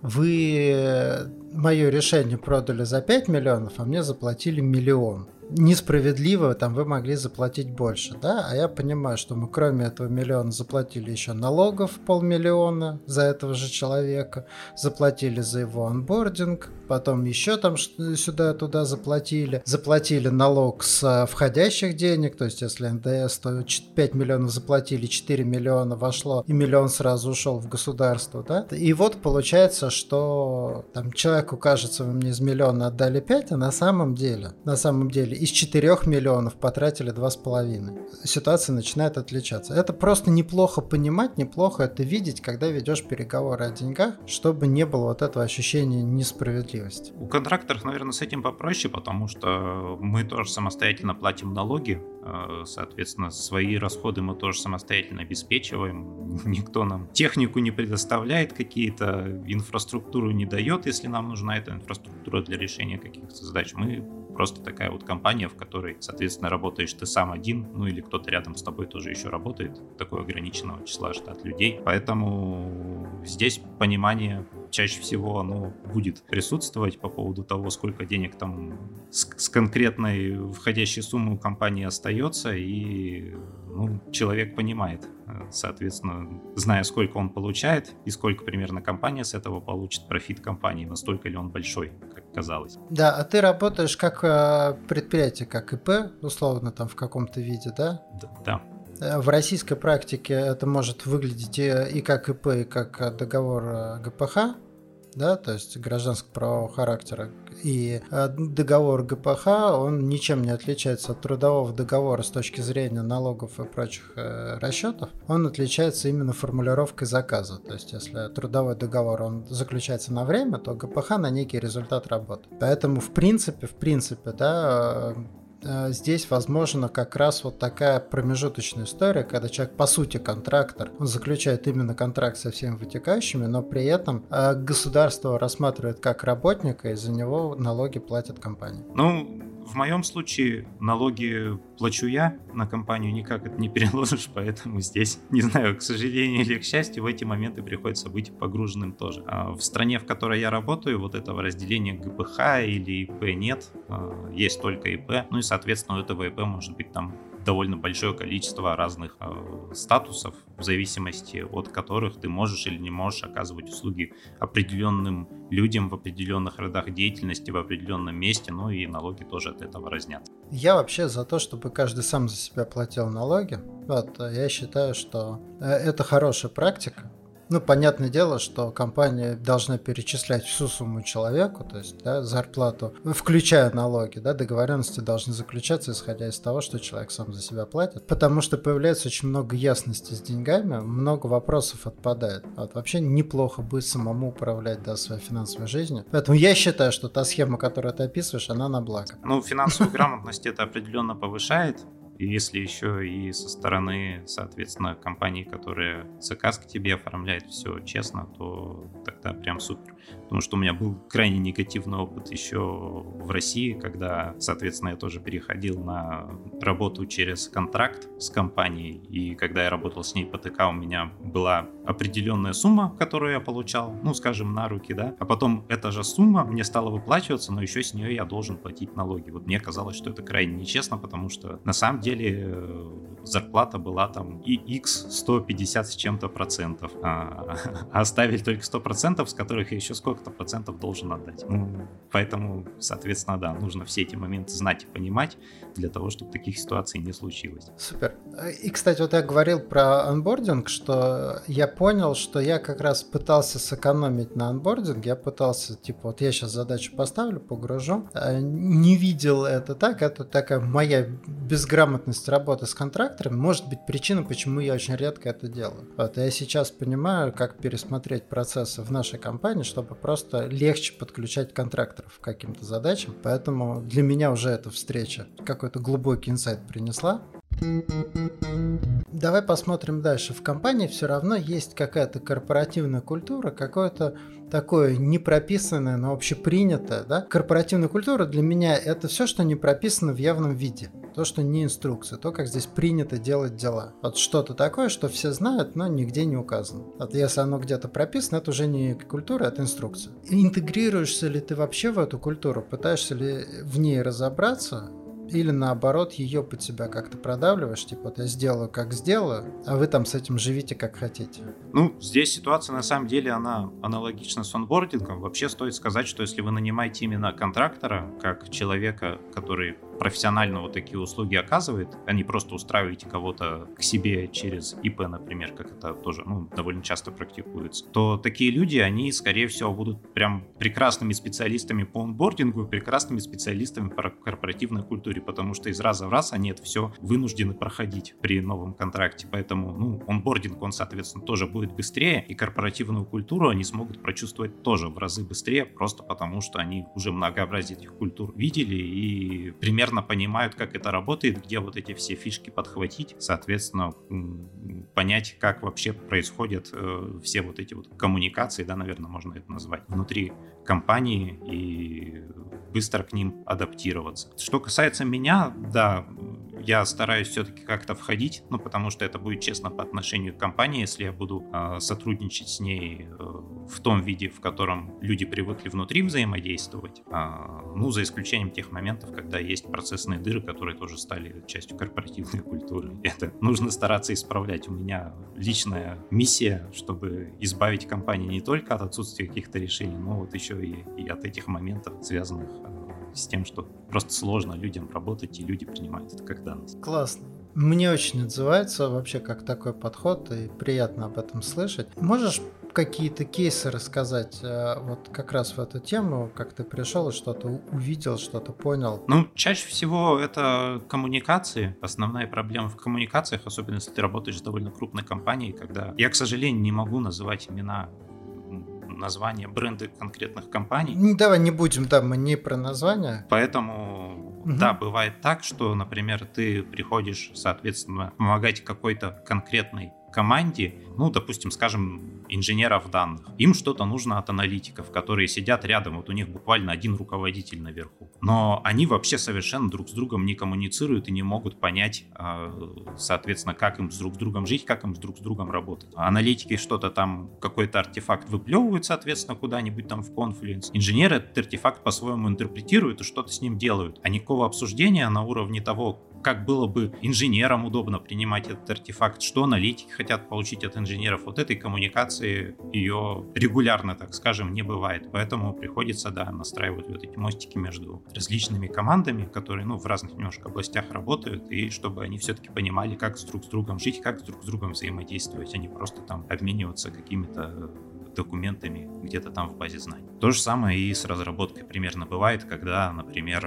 вы мое решение продали за пять миллионов, а мне заплатили миллион. Несправедливо, там вы могли заплатить больше, да, а я понимаю, что мы кроме этого миллиона заплатили еще налогов полмиллиона за этого же человека, заплатили за его онбординг, потом еще там сюда-туда заплатили, заплатили налог с входящих денег, то есть если эн дэ эс, то пять миллионов заплатили, четыре миллиона вошло, и миллион сразу ушел в государство, да, и вот получается, что там человеку кажется, вы мне из миллиона отдали пять, а на самом деле, на самом деле из четырёх миллионов потратили два с половиной. Ситуация начинает отличаться. Это просто неплохо понимать, неплохо это видеть, когда ведешь переговоры о деньгах, чтобы не было вот этого ощущения несправедливости. У контракторов, наверное, с этим попроще, потому что мы тоже самостоятельно платим налоги, соответственно, свои расходы мы тоже самостоятельно обеспечиваем. Никто нам технику не предоставляет, какие-то инфраструктуру не дает, если нам нужна эта инфраструктура для решения каких-то задач. Мы просто такая вот компания, в которой, соответственно, работаешь ты сам один, ну или кто-то рядом с тобой тоже еще работает, такое ограниченного числа штат людей. Поэтому здесь понимание чаще всего оно будет присутствовать по поводу того, сколько денег там с, с конкретной входящей суммы у компании остается, и ну, человек понимает, соответственно, зная, сколько он получает и сколько примерно компания с этого получит, профит компании, настолько ли он большой, как казалось. Да, а ты работаешь как э, предприятие, как и пэ, условно, там в каком-то виде, да? Да. да. В российской практике это может выглядеть и, и как и пэ, и как договор гэ пэ ха, да, то есть гражданско-правового характера. И договор гэ пэ ха, он ничем не отличается от трудового договора с точки зрения налогов и прочих э, расчетов. Он отличается именно формулировкой заказа. То есть если трудовой договор он заключается на время, то гэ пэ ха на некий результат работы. Поэтому в принципе, в принципе, да, здесь возможно как раз вот такая промежуточная история, когда человек по сути контрактор, он заключает именно контракт со всеми вытекающими, но при этом государство рассматривает как работника, и за него налоги платит компания. Ну, в моем случае налоги плачу я, на компанию никак это не переложишь, поэтому здесь, не знаю, к сожалению или к счастью, в эти моменты приходится быть погруженным тоже. В стране, в которой я работаю, вот этого разделения гэ пэ ха или и пэ нет, есть только и пэ, ну и соответственно у этого и пэ может быть там довольно большое количество разных э, статусов, в зависимости от которых ты можешь или не можешь оказывать услуги определенным людям в определенных родах деятельности, в определенном месте, ну и налоги тоже от этого разнятся. Я вообще за то, чтобы каждый сам за себя платил налоги. Вот, я считаю, что это хорошая практика. Ну, понятное дело, что компания должна перечислять всю сумму человеку, то есть, да, зарплату, включая налоги, да, договоренности должны заключаться, исходя из того, что человек сам за себя платит, потому что появляется очень много ясности с деньгами, много вопросов отпадает. Вот, вообще неплохо будет самому управлять, да, своей финансовой жизнью. Поэтому я считаю, что та схема, которую ты описываешь, она на благо. Ну, финансовую грамотность это определенно повышает. И если еще и со стороны, соответственно, компании, которые заказ к тебе оформляет все честно, то тогда прям супер. Потому что у меня был крайне негативный опыт еще в России, когда, соответственно, я тоже переходил на работу через контракт с компанией. И когда я работал с ней по тэ ка, у меня была определенная сумма, которую я получал, ну, скажем, на руки, да. А потом эта же сумма мне стала выплачиваться, но еще с нее я должен платить налоги. Вот мне казалось, что это крайне нечестно, потому что на самом деле зарплата была там и икс сто пятьдесят с чем-то процентов, а, а оставили только сто процентов, с которых я еще сколько-то процентов должен отдать. Ну, поэтому, соответственно, да, нужно все эти моменты знать и понимать для того, чтобы таких ситуаций не случилось. Супер. И, кстати, вот я говорил про онбординг, что я понял, что я как раз пытался сэкономить на онбординге, я пытался, типа, вот я сейчас задачу поставлю, погружу, не видел это так, это такая моя безграмотность работы с контракторами, может быть причина, почему я очень редко это делаю. Вот я сейчас понимаю, как пересмотреть процессы в нашей компании, чтобы просто легче подключать контракторов к каким-то задачам, поэтому для меня уже эта встреча какой-то глубокий инсайт принесла. Давай посмотрим дальше. В компании все равно есть какая-то корпоративная культура, какое-то такое непрописанное, но общепринятое. Да? Корпоративная культура для меня это все, что не прописано в явном виде. то, что не инструкция, то, как здесь принято делать дела. Вот что-то такое, что все знают, но нигде не указано. Вот если оно где-то прописано, это уже не культура, это инструкция. Интегрируешься ли ты вообще в эту культуру? Пытаешься ли в ней разобраться? Или наоборот, ее под себя как-то продавливаешь, типа, вот я сделаю, как сделаю, а вы там с этим живите, как хотите. Ну, здесь ситуация, на самом деле, она аналогична с онбордингом. Вообще стоит сказать, что если вы нанимаете именно контрактора, как человека, который профессионально вот такие услуги оказывает, а не просто устраиваете кого-то к себе через ИП, например, как это тоже, ну, довольно часто практикуется, то такие люди, они, скорее всего, будут прям прекрасными специалистами по онбордингу, прекрасными специалистами по корпоративной культуре, потому что из раза в раз они это все вынуждены проходить при новом контракте. Поэтому, ну, онбординг, он, соответственно, тоже будет быстрее, и корпоративную культуру они смогут прочувствовать тоже в разы быстрее, просто потому что они уже многообразие этих культур видели и примерно понимают, как это работает, где вот эти все фишки подхватить, соответственно, понять, как вообще происходят э, все вот эти вот коммуникации, да, наверное, можно это назвать, внутри компании и быстро к ним адаптироваться. Что касается меня, да, я стараюсь все-таки как-то входить, ну, потому что это будет честно по отношению к компании, если я буду э, сотрудничать с ней э, в том виде, в котором люди привыкли внутри взаимодействовать, э, ну, за исключением тех моментов, когда есть процессные дыры, которые тоже стали частью корпоративной культуры. Это нужно стараться исправлять. У меня личная миссия, чтобы избавить компанию не только от отсутствия каких-то решений, но вот еще и, и от этих моментов, связанных э, с тем, что просто сложно людям работать, и люди принимают это как данность. Классно. Мне очень отзывается вообще как такой подход, и приятно об этом слышать. Можешь какие-то кейсы рассказать вот как раз в эту тему, как ты пришел и что-то увидел, что-то понял? Ну, чаще всего это коммуникации. Основная проблема в коммуникациях, особенно если ты работаешь с довольно крупной компанией, когда я, к сожалению, не могу называть имена, названия, бренды конкретных компаний. Ну, давай не будем, да, мы не про названия. Поэтому, угу. да, бывает так, что, например, ты приходишь, соответственно, помогать какой-то конкретной команде, ну, допустим, скажем, инженеров данных. Им что-то нужно от аналитиков, которые сидят рядом, вот у них буквально один руководитель наверху. Но они вообще совершенно друг с другом не коммуницируют и не могут понять, соответственно, как им с друг с другом жить, как им с друг с другом работать. Аналитики что-то там, какой-то артефакт выплевывают, соответственно, куда-нибудь там в Confluence. Инженеры этот артефакт по-своему интерпретируют и что-то с ним делают. А никакого обсуждения на уровне того, как было бы инженерам удобно принимать этот артефакт, что аналитики хотят получить от инженеров. Вот этой коммуникации ее регулярно, так скажем, не бывает. Поэтому приходится, да, настраивать вот эти мостики между различными командами, которые, ну, в разных немножко областях работают, и чтобы они все-таки понимали, как с друг с другом жить, как с друг с другом взаимодействовать, а не просто там обмениваться какими-то документами где-то там в базе знаний. То же самое и с разработкой примерно бывает, когда, например,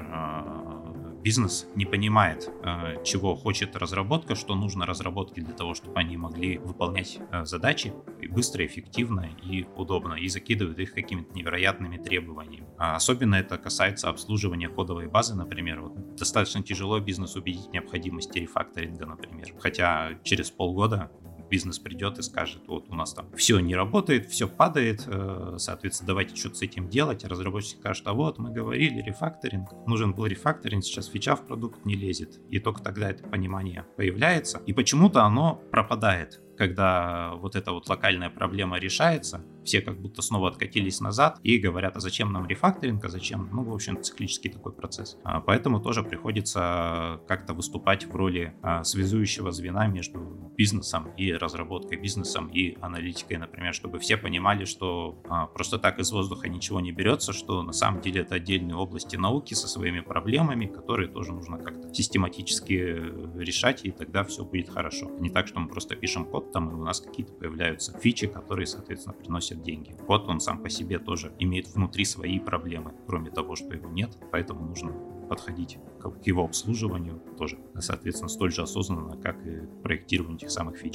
бизнес не понимает, чего хочет разработка, что нужно разработке для того, чтобы они могли выполнять задачи быстро, эффективно и удобно, и закидывают их какими-то невероятными требованиями. Особенно это касается обслуживания кодовой базы, например. Вот достаточно тяжело бизнесу убедить в необходимости рефакторинга, например. Хотя через полгода бизнес придет и скажет, вот у нас там все не работает, все падает, соответственно, давайте что-то с этим делать. А разработчик скажет, а вот мы говорили, рефакторинг, нужен был рефакторинг, сейчас фича в продукт не лезет. И только тогда это понимание появляется, и почему-то оно пропадает. Когда вот эта вот локальная проблема решается, все как будто снова откатились назад и говорят, а зачем нам рефакторинг, а зачем, ну, в общем, циклический такой процесс. А поэтому тоже приходится как-то выступать в роли а, связующего звена между бизнесом и разработкой, бизнесом и аналитикой, например, чтобы все понимали, что а, просто так из воздуха ничего не берется, что на самом деле это отдельные области науки со своими проблемами, которые тоже нужно как-то систематически решать, и тогда все будет хорошо. Не так, что мы просто пишем код, там и у нас какие-то появляются фичи, которые, соответственно, приносят деньги. Код, он сам по себе тоже имеет внутри свои проблемы, кроме того, что его нет, поэтому нужно подходить к его обслуживанию тоже, соответственно, столь же осознанно, как и проектированию этих самых фич.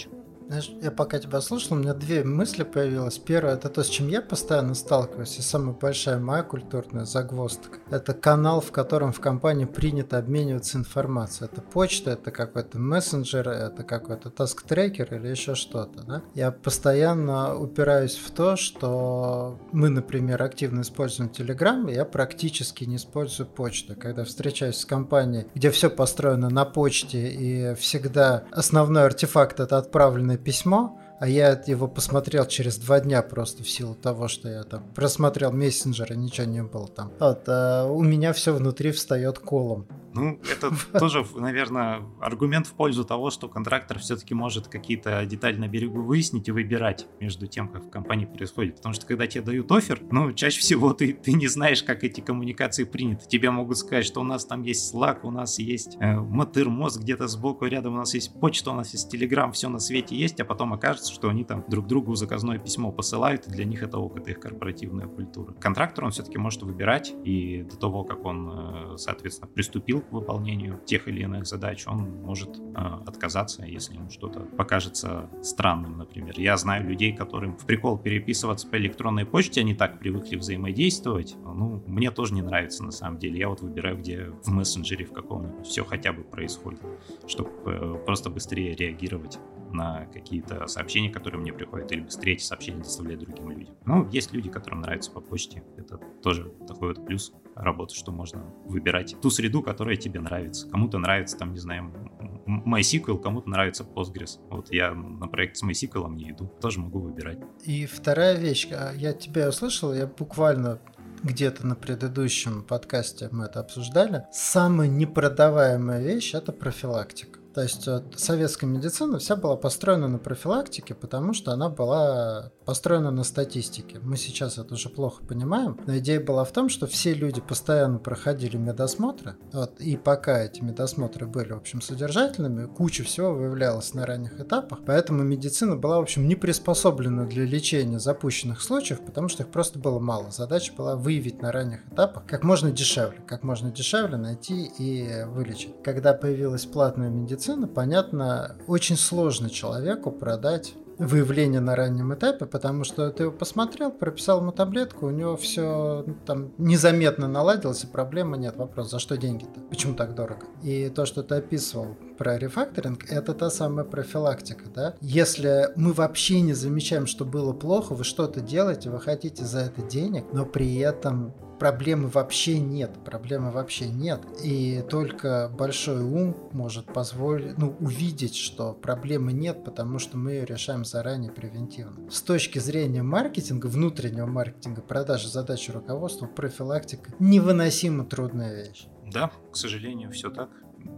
Знаешь, я пока тебя слушал, у меня две мысли появилось. Первое, это то, с чем я постоянно сталкиваюсь, и самая большая моя культурная загвоздка. Это канал, в котором в компании принято обмениваться информацией. Это почта, это какой-то мессенджер, это какой-то таск-трекер или еще что-то. Да? Я постоянно упираюсь в то, что мы, например, активно используем Telegram, и я практически не использую почту. Когда встречаюсь с компанией, где все построено на почте, и всегда основной артефакт — это отправленное письмо, а я его посмотрел через два дня просто в силу того, что я там просмотрел мессенджер, и ничего не было там. Вот, а у меня все внутри встает колом. Ну, это тоже, наверное, аргумент в пользу того, что контрактор все-таки может какие-то детали на берегу выяснить и выбирать между тем, как в компании происходит. Потому что когда тебе дают оффер, ну, чаще всего ты, ты не знаешь, как эти коммуникации приняты. Тебе могут сказать, что у нас там есть Slack, у нас есть э, Mattermost где-то сбоку рядом, у нас есть почта, у нас есть Telegram, все на свете есть, а потом окажется, что они там друг другу заказное письмо посылают, и для них это ок, это их корпоративная культура. Контрактор, он все-таки может выбирать, и до того, как он, соответственно, приступил к выполнению тех или иных задач, он может э, отказаться, если ему что-то покажется странным, например. Я знаю людей, которым в прикол переписываться по электронной почте, они так привыкли взаимодействовать. Ну, мне тоже не нравится на самом деле. Я вот выбираю, где в мессенджере в каком-нибудь все хотя бы происходит, чтобы э, просто быстрее реагировать на какие-то сообщения, которые мне приходят, или быстрее эти сообщения доставлять другим людям. Ну, есть люди, которым нравится по почте. Это тоже такой вот плюс работы, что можно выбирать ту среду, которая тебе нравится. Кому-то нравится, там, не знаю, MySQL, кому-то нравится Postgres. Вот я на проект с MySQL не иду, тоже могу выбирать. И вторая вещь, я тебя услышал, я буквально где-то на предыдущем подкасте мы это обсуждали. Самая непродаваемая вещь — это профилактика. То есть вот, советская медицина вся была построена на профилактике, потому что она была построена на статистике. Мы сейчас это уже плохо понимаем, но идея была в том, что все люди постоянно проходили медосмотры, вот, и пока эти медосмотры были, в общем, содержательными, куча всего выявлялась на ранних этапах, поэтому медицина была, в общем, не приспособлена для лечения запущенных случаев, потому что их просто было мало. Задача была выявить на ранних этапах как можно дешевле, как можно дешевле найти и вылечить. Когда появилась платная медицина, понятно, очень сложно человеку продать выявление на раннем этапе, потому что ты его посмотрел, прописал ему таблетку, у него все там незаметно наладилось, и проблемы нет. Вопрос, за что деньги-то? Почему так дорого? И то, что ты описывал про рефакторинг, это та самая профилактика, да? Если мы вообще не замечаем, что было плохо, вы что-то делаете, вы хотите за это денег, но при этом проблемы вообще нет, проблемы вообще нет. И только большой ум может позволить, ну, увидеть, что проблемы нет, потому что мы ее решаем заранее превентивно. С точки зрения маркетинга, внутреннего маркетинга, продажи, задачи руководства, профилактика невыносимо трудная вещь. Да, к сожалению, все так.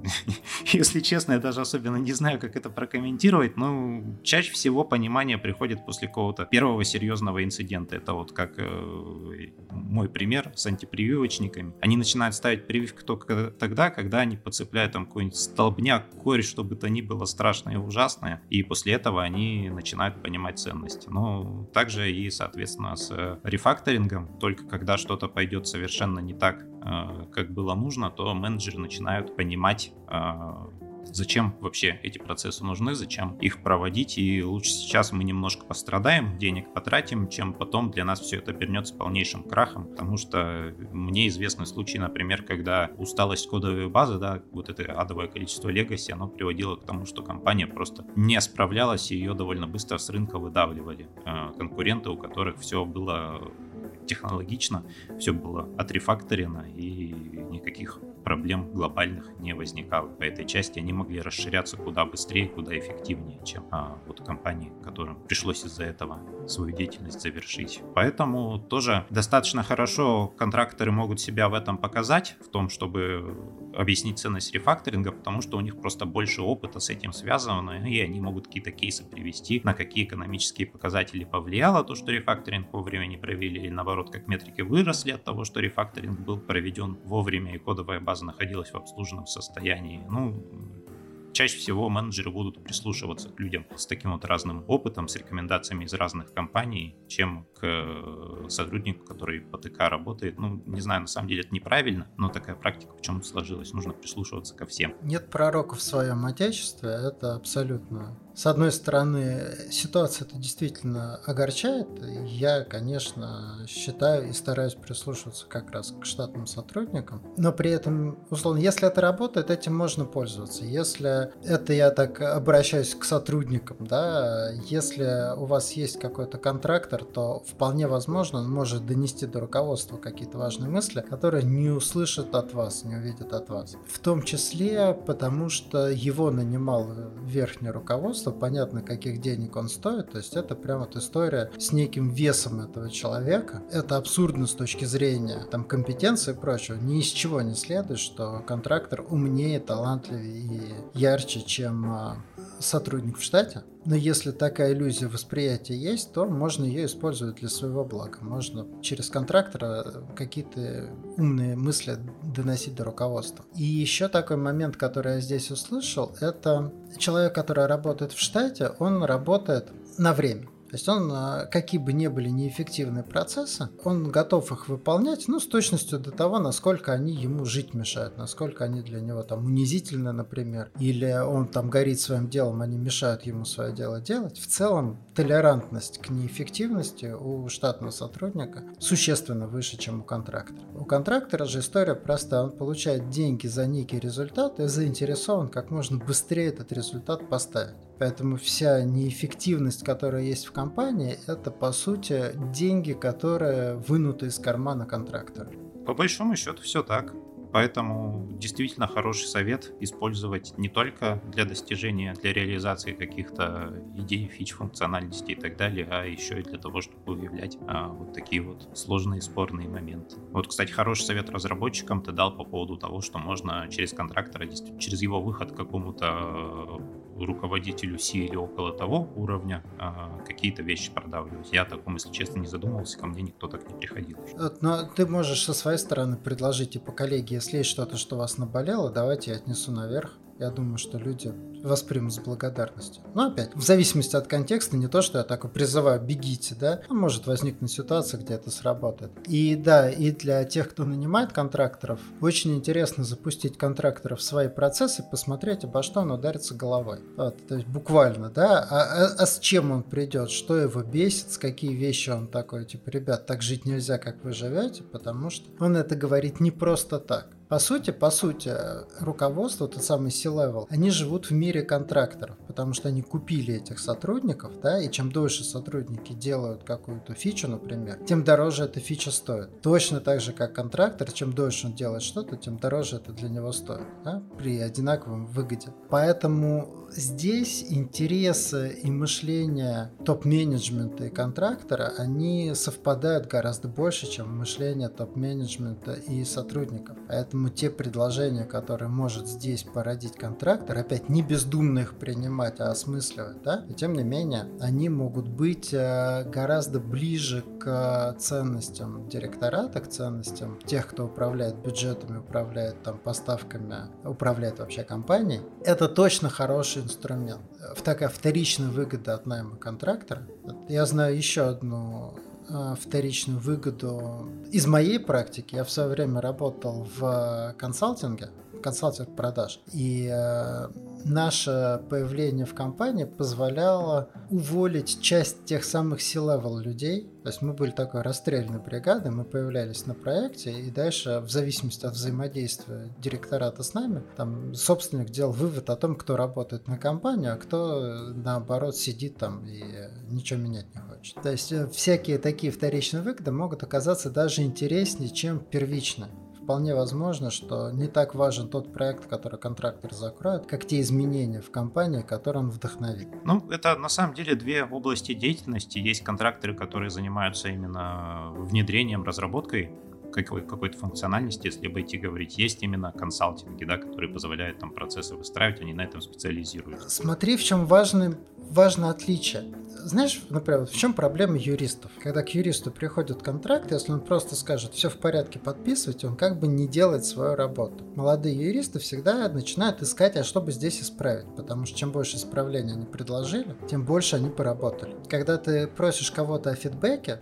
Если честно, я даже особенно не знаю, как это прокомментировать, но чаще всего понимание приходит после какого-то первого серьезного инцидента. Это вот как э, мой пример с антипрививочниками. Они начинают ставить прививки только тогда, когда они подцепляют там какой-нибудь столбняк, корь, что бы то ни было страшное и ужасное, и после этого они начинают понимать ценности. Но также и, соответственно, с рефакторингом, только когда что-то пойдет совершенно не так, э, как было нужно, то менеджеры начинают понимать, зачем вообще эти процессы нужны, зачем их проводить, и лучше сейчас мы немножко пострадаем, денег потратим, чем потом для нас все это обернется полнейшим крахом, потому что мне известны случаи, например, когда усталость кодовой базы, да, вот это адовое количество легаси, оно приводило к тому, что компания просто не справлялась, и ее довольно быстро с рынка выдавливали конкуренты, у которых все было технологично, все было отрефакторено, и никаких проблем глобальных не возникало. По этой части они могли расширяться куда быстрее, куда эффективнее, чем а, вот компании, которым пришлось из-за этого свою деятельность завершить. Поэтому тоже достаточно хорошо контракторы могут себя в этом показать, в том, чтобы объяснить ценность рефакторинга, потому что у них просто больше опыта с этим связано, и они могут какие-то кейсы привести, на какие экономические показатели повлияло то, что рефакторинг вовремя не провели, или наоборот, как метрики выросли от того, что рефакторинг был проведен вовремя, и кодовая база находилась в обслуженном состоянии. Ну, чаще всего менеджеры будут прислушиваться к людям с таким вот разным опытом, с рекомендациями из разных компаний, чем к сотруднику, который по ТК работает. Ну, не знаю, на самом деле это неправильно, но такая практика почему-то сложилась. Нужно прислушиваться ко всем. Нет пророков в своем отечестве, это абсолютно С одной стороны, ситуация это действительно огорчает. Я, конечно, считаю и стараюсь прислушиваться как раз к штатным сотрудникам. Но при этом, условно, если это работает, этим можно пользоваться. Если это я так обращаюсь к сотрудникам, да, если у вас есть какой-то контрактор, то вполне возможно он может донести до руководства какие-то важные мысли, которые не услышат от вас, не увидят от вас. В том числе потому, что его нанимало верхнее руководство, понятно, каких денег он стоит, то есть это прям вот история с неким весом этого человека. Это абсурдно с точки зрения там компетенции и прочего. Ни из чего не следует, что контрактор умнее, талантливее и ярче, чем а, сотрудник в штате. Но если такая иллюзия восприятия есть, то можно ее использовать для своего блага. Можно через контрактора какие-то умные мысли доносить до руководства. И еще такой момент, который я здесь услышал, это человек, который работает в штате, он работает на время. То есть он, какие бы ни были неэффективные процессы, он готов их выполнять, ну, с точностью до того, насколько они ему жить мешают, насколько они для него там унизительны, например, или он там горит своим делом, они мешают ему свое дело делать. В целом, толерантность к неэффективности у штатного сотрудника существенно выше, чем у контрактора. У контрактора же история простая, он получает деньги за некий результат и заинтересован как можно быстрее этот результат поставить. Поэтому вся неэффективность, которая есть в компании, это по сути деньги, которые вынуты из кармана контрактора. По большому счету все так. Поэтому действительно хороший совет использовать не только для достижения, для реализации каких-то идей, фич, функциональностей и так далее, а еще и для того, чтобы выявлять а, вот такие вот сложные спорные моменты. Вот, кстати, хороший совет разработчикам ты дал по поводу того, что можно через контрактора, через его выход к какому-то руководителю си или около того уровня а, какие-то вещи продавливать. Я о таком, если честно, не задумывался, ко мне никто так не приходил. Но ты можешь со своей стороны предложить, типа, коллеги, если есть что-то, что вас наболело, давайте я отнесу наверх. Я думаю, что люди воспримут с благодарностью. Но опять, в зависимости от контекста, не то, что я такой призываю, бегите, да, а может возникнуть ситуация, где это сработает. И да, и для тех, кто нанимает контракторов, очень интересно запустить контракторов в свои процессы, посмотреть, обо что он ударится головой. Вот, то есть буквально, да, а, а, а с чем он придет, что его бесит, с какие вещи он такой, типа, ребят, так жить нельзя, как вы живете, потому что он это говорит не просто так. По сути, по сути, руководство, тот самый C-level, они живут в мире контракторов, потому что они купили этих сотрудников, да, и чем дольше сотрудники делают какую-то фичу, например, тем дороже эта фича стоит. Точно так же, как контрактор, чем дольше он делает что-то, тем дороже это для него стоит, да, при одинаковом выгоде. Поэтому здесь интересы и мышление топ-менеджмента и контрактора, они совпадают гораздо больше, чем мышление топ-менеджмента и сотрудников. Поэтому те предложения, которые может здесь породить контрактор, опять не бездумно их принимать, а осмысливать, да, и тем не менее, они могут быть гораздо ближе к ценностям директората, к ценностям тех, кто управляет бюджетами, управляет там поставками, управляет вообще компанией. Это точно хороший инструмент. Такая вторичная выгода от найма контрактора. Я знаю еще одну вторичную выгоду из моей практики. Я в свое время работал в консалтинге, консалтинг продаж, и э, наше появление в компании позволяло уволить часть тех самых C-level людей. То есть мы были такой расстрельной бригадой, мы появлялись на проекте, и дальше, в зависимости от взаимодействия директората с нами, там собственник делал вывод о том, кто работает на компанию, а кто, наоборот, сидит там и ничего менять не хочет. То есть всякие такие вторичные выгоды могут оказаться даже интереснее, чем первичные. Вполне возможно, что не так важен тот проект, который контрактор закроет, как те изменения в компании, которые он вдохновит. Ну, это на самом деле две области деятельности. Есть контракторы, которые занимаются именно внедрением, разработкой какой- какой-то функциональности, если бы идти говорить. Есть именно консалтинги, да, которые позволяют там процессы выстраивать, они на этом специализируются. Смотри, в чем важный, важное отличие. знаешь, например, в чем проблема юристов? Когда к юристу приходит контракт, если он просто скажет «все в порядке, подписывайте», он как бы не делает свою работу. Молодые юристы всегда начинают искать, а что бы здесь исправить, потому что чем больше исправлений они предложили, тем больше они поработали. Когда ты просишь кого-то о фидбэке,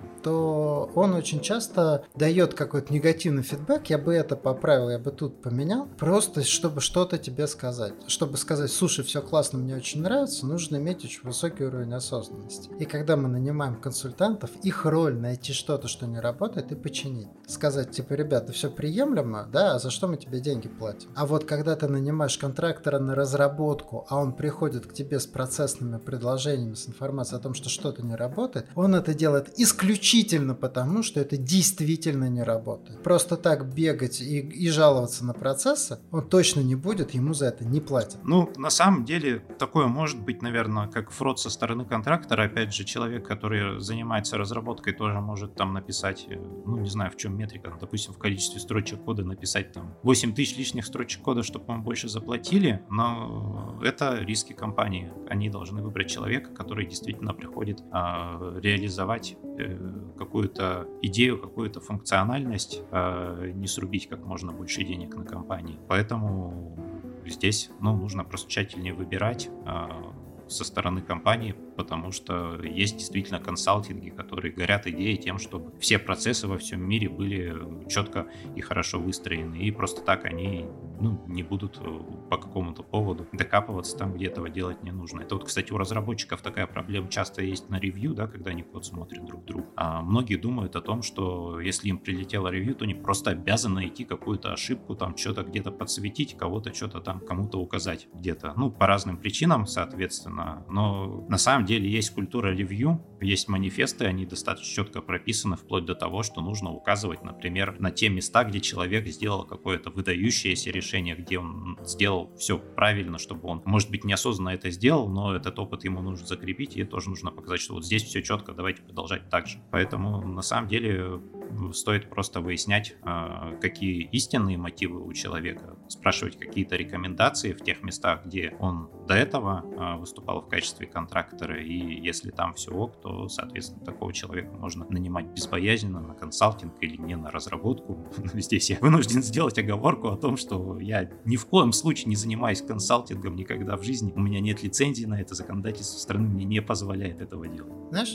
то он очень часто дает какой-то негативный фидбэк, я бы это поправил, я бы тут поменял, просто чтобы что-то тебе сказать. Чтобы сказать, слушай, все классно, мне очень нравится, нужно иметь очень высокий уровень осознанности. И когда мы нанимаем консультантов, их роль найти что-то, что не работает, и починить. Сказать, типа, ребята, все приемлемо, да, а за что мы тебе деньги платим? А вот когда ты нанимаешь контрактора на разработку, а он приходит к тебе с процессными предложениями, с информацией о том, что что-то не работает, он это делает исключительно потому, что это действительно не работает. Просто так бегать и, и жаловаться на процессы он точно не будет, ему за это не платят. Ну, на самом деле, такое может быть, наверное, как фрод со стороны контрактора. Опять же, человек, который занимается разработкой, тоже может там написать, ну, не знаю, в чем метрика, допустим, в количестве строчек кода написать там восемь тысяч лишних строчек кода, чтобы вам больше заплатили, но это риски компании. Они должны выбрать человека, который действительно приходит а, реализовать э, какую-то идею, какую-то функциональность, а не срубить как можно больше денег на компании. Поэтому здесь, ну, нужно просто тщательнее выбирать а, со стороны компании, потому что есть действительно консалтинги, которые горят идеей тем, чтобы все процессы во всем мире были четко и хорошо выстроены, и просто так они, ну, не будут по какому-то поводу докапываться там, где этого делать не нужно. Это вот, кстати, у разработчиков такая проблема часто есть на ревью, да, когда они код смотрят друг другу. А многие думают о том, что если им прилетело ревью, то они просто обязаны найти какую-то ошибку, там что-то где-то подсветить, кого-то что-то там кому-то указать где-то. Ну, по разным причинам, соответственно. Но на самом деле есть культура ревью, есть манифесты, они достаточно четко прописаны, вплоть до того, что нужно указывать, например, на те места, где человек сделал какое-то выдающееся решение, где он сделал все правильно, чтобы он, может быть, неосознанно это сделал, но этот опыт ему нужно закрепить, и тоже нужно показать, что вот здесь все четко, давайте продолжать так же. Поэтому на самом деле стоит просто выяснять, какие истинные мотивы у человека, спрашивать какие-то рекомендации в тех местах, где он до этого выступал в качестве контрактора, и если там все ок, то, соответственно, такого человека можно нанимать безбоязненно на консалтинг или не на разработку. Здесь я вынужден сделать оговорку о том, что я ни в коем случае не занимаюсь консалтингом никогда в жизни. У меня нет лицензии на это, законодательство страны мне не позволяет этого делать. Знаешь,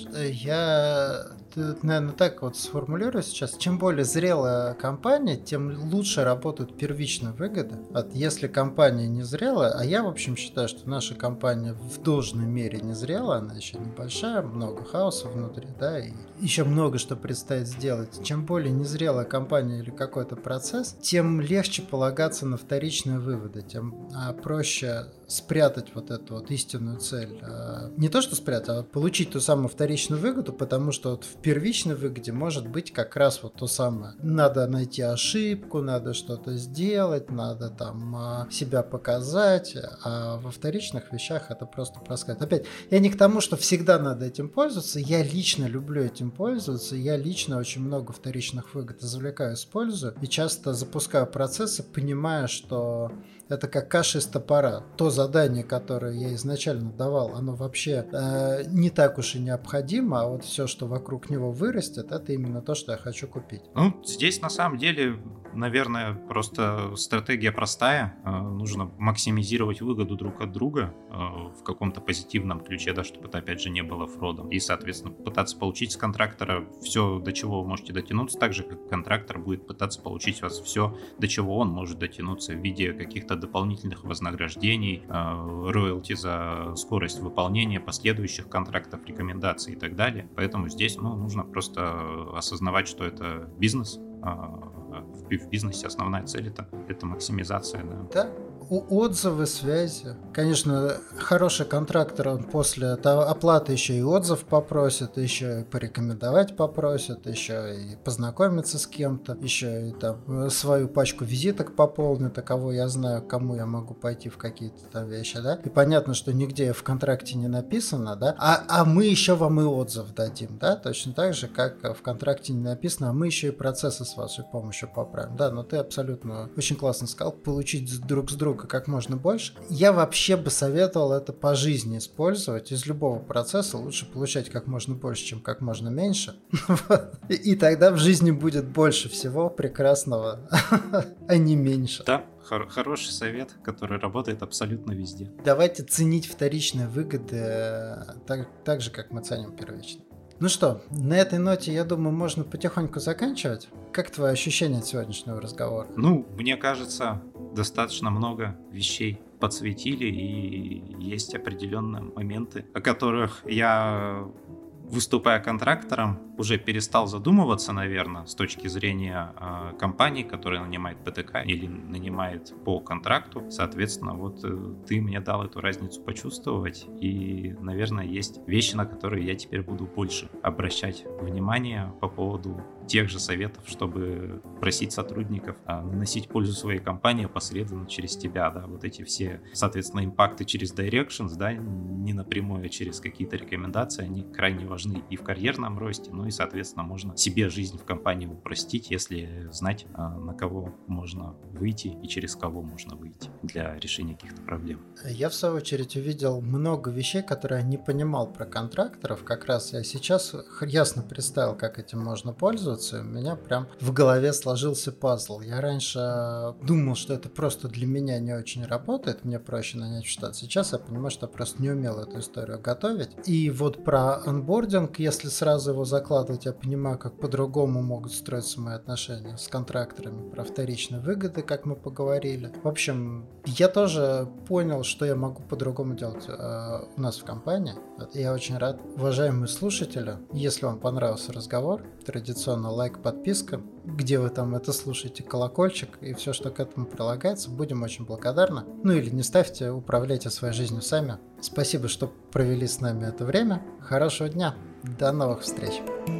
я, наверное, так вот сформулирую сейчас. Чем более зрелая компания, тем лучше работают первичные выгоды. Вот если компания не зрелая, а я, в общем, считаю, что наша компания в должной мере не зрелая, она еще небольшая, много хаоса внутри, да, и еще много что предстоит сделать. Чем более незрелая компания или какой-то процесс, тем легче полагаться на вторичные выводы, тем а, проще спрятать вот эту вот истинную цель. А, не то, что спрятать, а получить ту самую вторичную выгоду, потому что вот в первичной выгоде может быть как раз вот то самое. Надо найти ошибку, надо что-то сделать, надо там а, себя показать, а во вторичных вещах это просто проскакивает. Опять, я не к тому, что всегда надо этим пользоваться, я лично люблю этим пользоваться, я лично очень много вторичных выгод извлекаю, использую, и часто запускаю процессы, понимая, что это как каша из топора. То задание, которое я изначально давал, оно вообще э, не так уж и необходимо, а вот все, что вокруг него вырастет, это именно то, что я хочу купить. Ну, здесь на самом деле, наверное, просто стратегия простая. Э, нужно максимизировать выгоду друг от друга э, в каком-то позитивном ключе, да, чтобы это, опять же, не было фродом. И, соответственно, пытаться получить с контрактора все, до чего вы можете дотянуться, так же, как контрактор будет пытаться получить у вас все, до чего он может дотянуться в виде каких-то дополнительных вознаграждений, роялти за скорость выполнения последующих контрактов, рекомендаций и так далее. Поэтому здесь, ну, нужно просто осознавать, что это бизнес. В бизнесе основная цель это, это максимизация. Да. Да. Отзывы, связи. Конечно, хороший контрактор, он после оплаты еще и отзыв попросит, еще и порекомендовать попросит, еще и познакомиться с кем-то, еще и там свою пачку визиток пополнит, а кого я знаю, кому я могу пойти в какие-то там вещи, да. И понятно, что нигде в контракте не написано, да, а, а мы еще вам и отзыв дадим, да, точно так же, как в контракте не написано, а мы еще и процессы с вашей помощью поправим, да, но ты абсолютно очень классно сказал, получить друг с другом друга как можно больше. Я вообще бы советовал это по жизни использовать. Из любого процесса лучше получать как можно больше, чем как можно меньше. И тогда в жизни будет больше всего прекрасного, а не меньше. Да, хор- хороший совет, который работает абсолютно везде. Давайте ценить вторичные выгоды так, так же, как мы ценим первичные. Ну что, на этой ноте, я думаю, можно потихоньку заканчивать. Как твои ощущения от сегодняшнего разговора? Ну, мне кажется, достаточно много вещей подсветили, и есть определенные моменты, о которых я, выступая контрактором, уже перестал задумываться, наверное, с точки зрения э, компании, которая нанимает ПТК или нанимает по контракту. Соответственно, вот э, ты мне дал эту разницу почувствовать, и, наверное, есть вещи, на которые я теперь буду больше обращать внимание по поводу тех же советов, чтобы просить сотрудников а, наносить пользу своей компании посредственно через тебя, да, вот эти все, соответственно, импакты через directions, да, не напрямую, а через какие-то рекомендации, они крайне важны и в карьерном росте, ну и, соответственно, можно себе жизнь в компании упростить, если знать, а, на кого можно выйти и через кого можно выйти для решения каких-то проблем. Я, в свою очередь, увидел много вещей, которые я не понимал про контракторов, как раз я сейчас ясно представил, как этим можно пользоваться. У меня прям в голове сложился пазл. Я раньше думал, что это просто для меня не очень работает, мне проще нанять в штат. Сейчас я понимаю, что я просто не умел эту историю готовить. И вот про онбординг, если сразу его закладывать, я понимаю, как по-другому могут строиться мои отношения с контракторами, про вторичные выгоды, как мы поговорили. В общем, я тоже понял, что я могу по-другому делать э, у нас в компании. Я очень рад. Уважаемые слушатели, если вам понравился разговор, традиционно лайк, подписка, где вы там это слушаете, колокольчик и все, что к этому прилагается, будем очень благодарны. Ну или не ставьте, управляйте своей жизнью сами. Спасибо, что провели с нами это время. Хорошего дня. До новых встреч.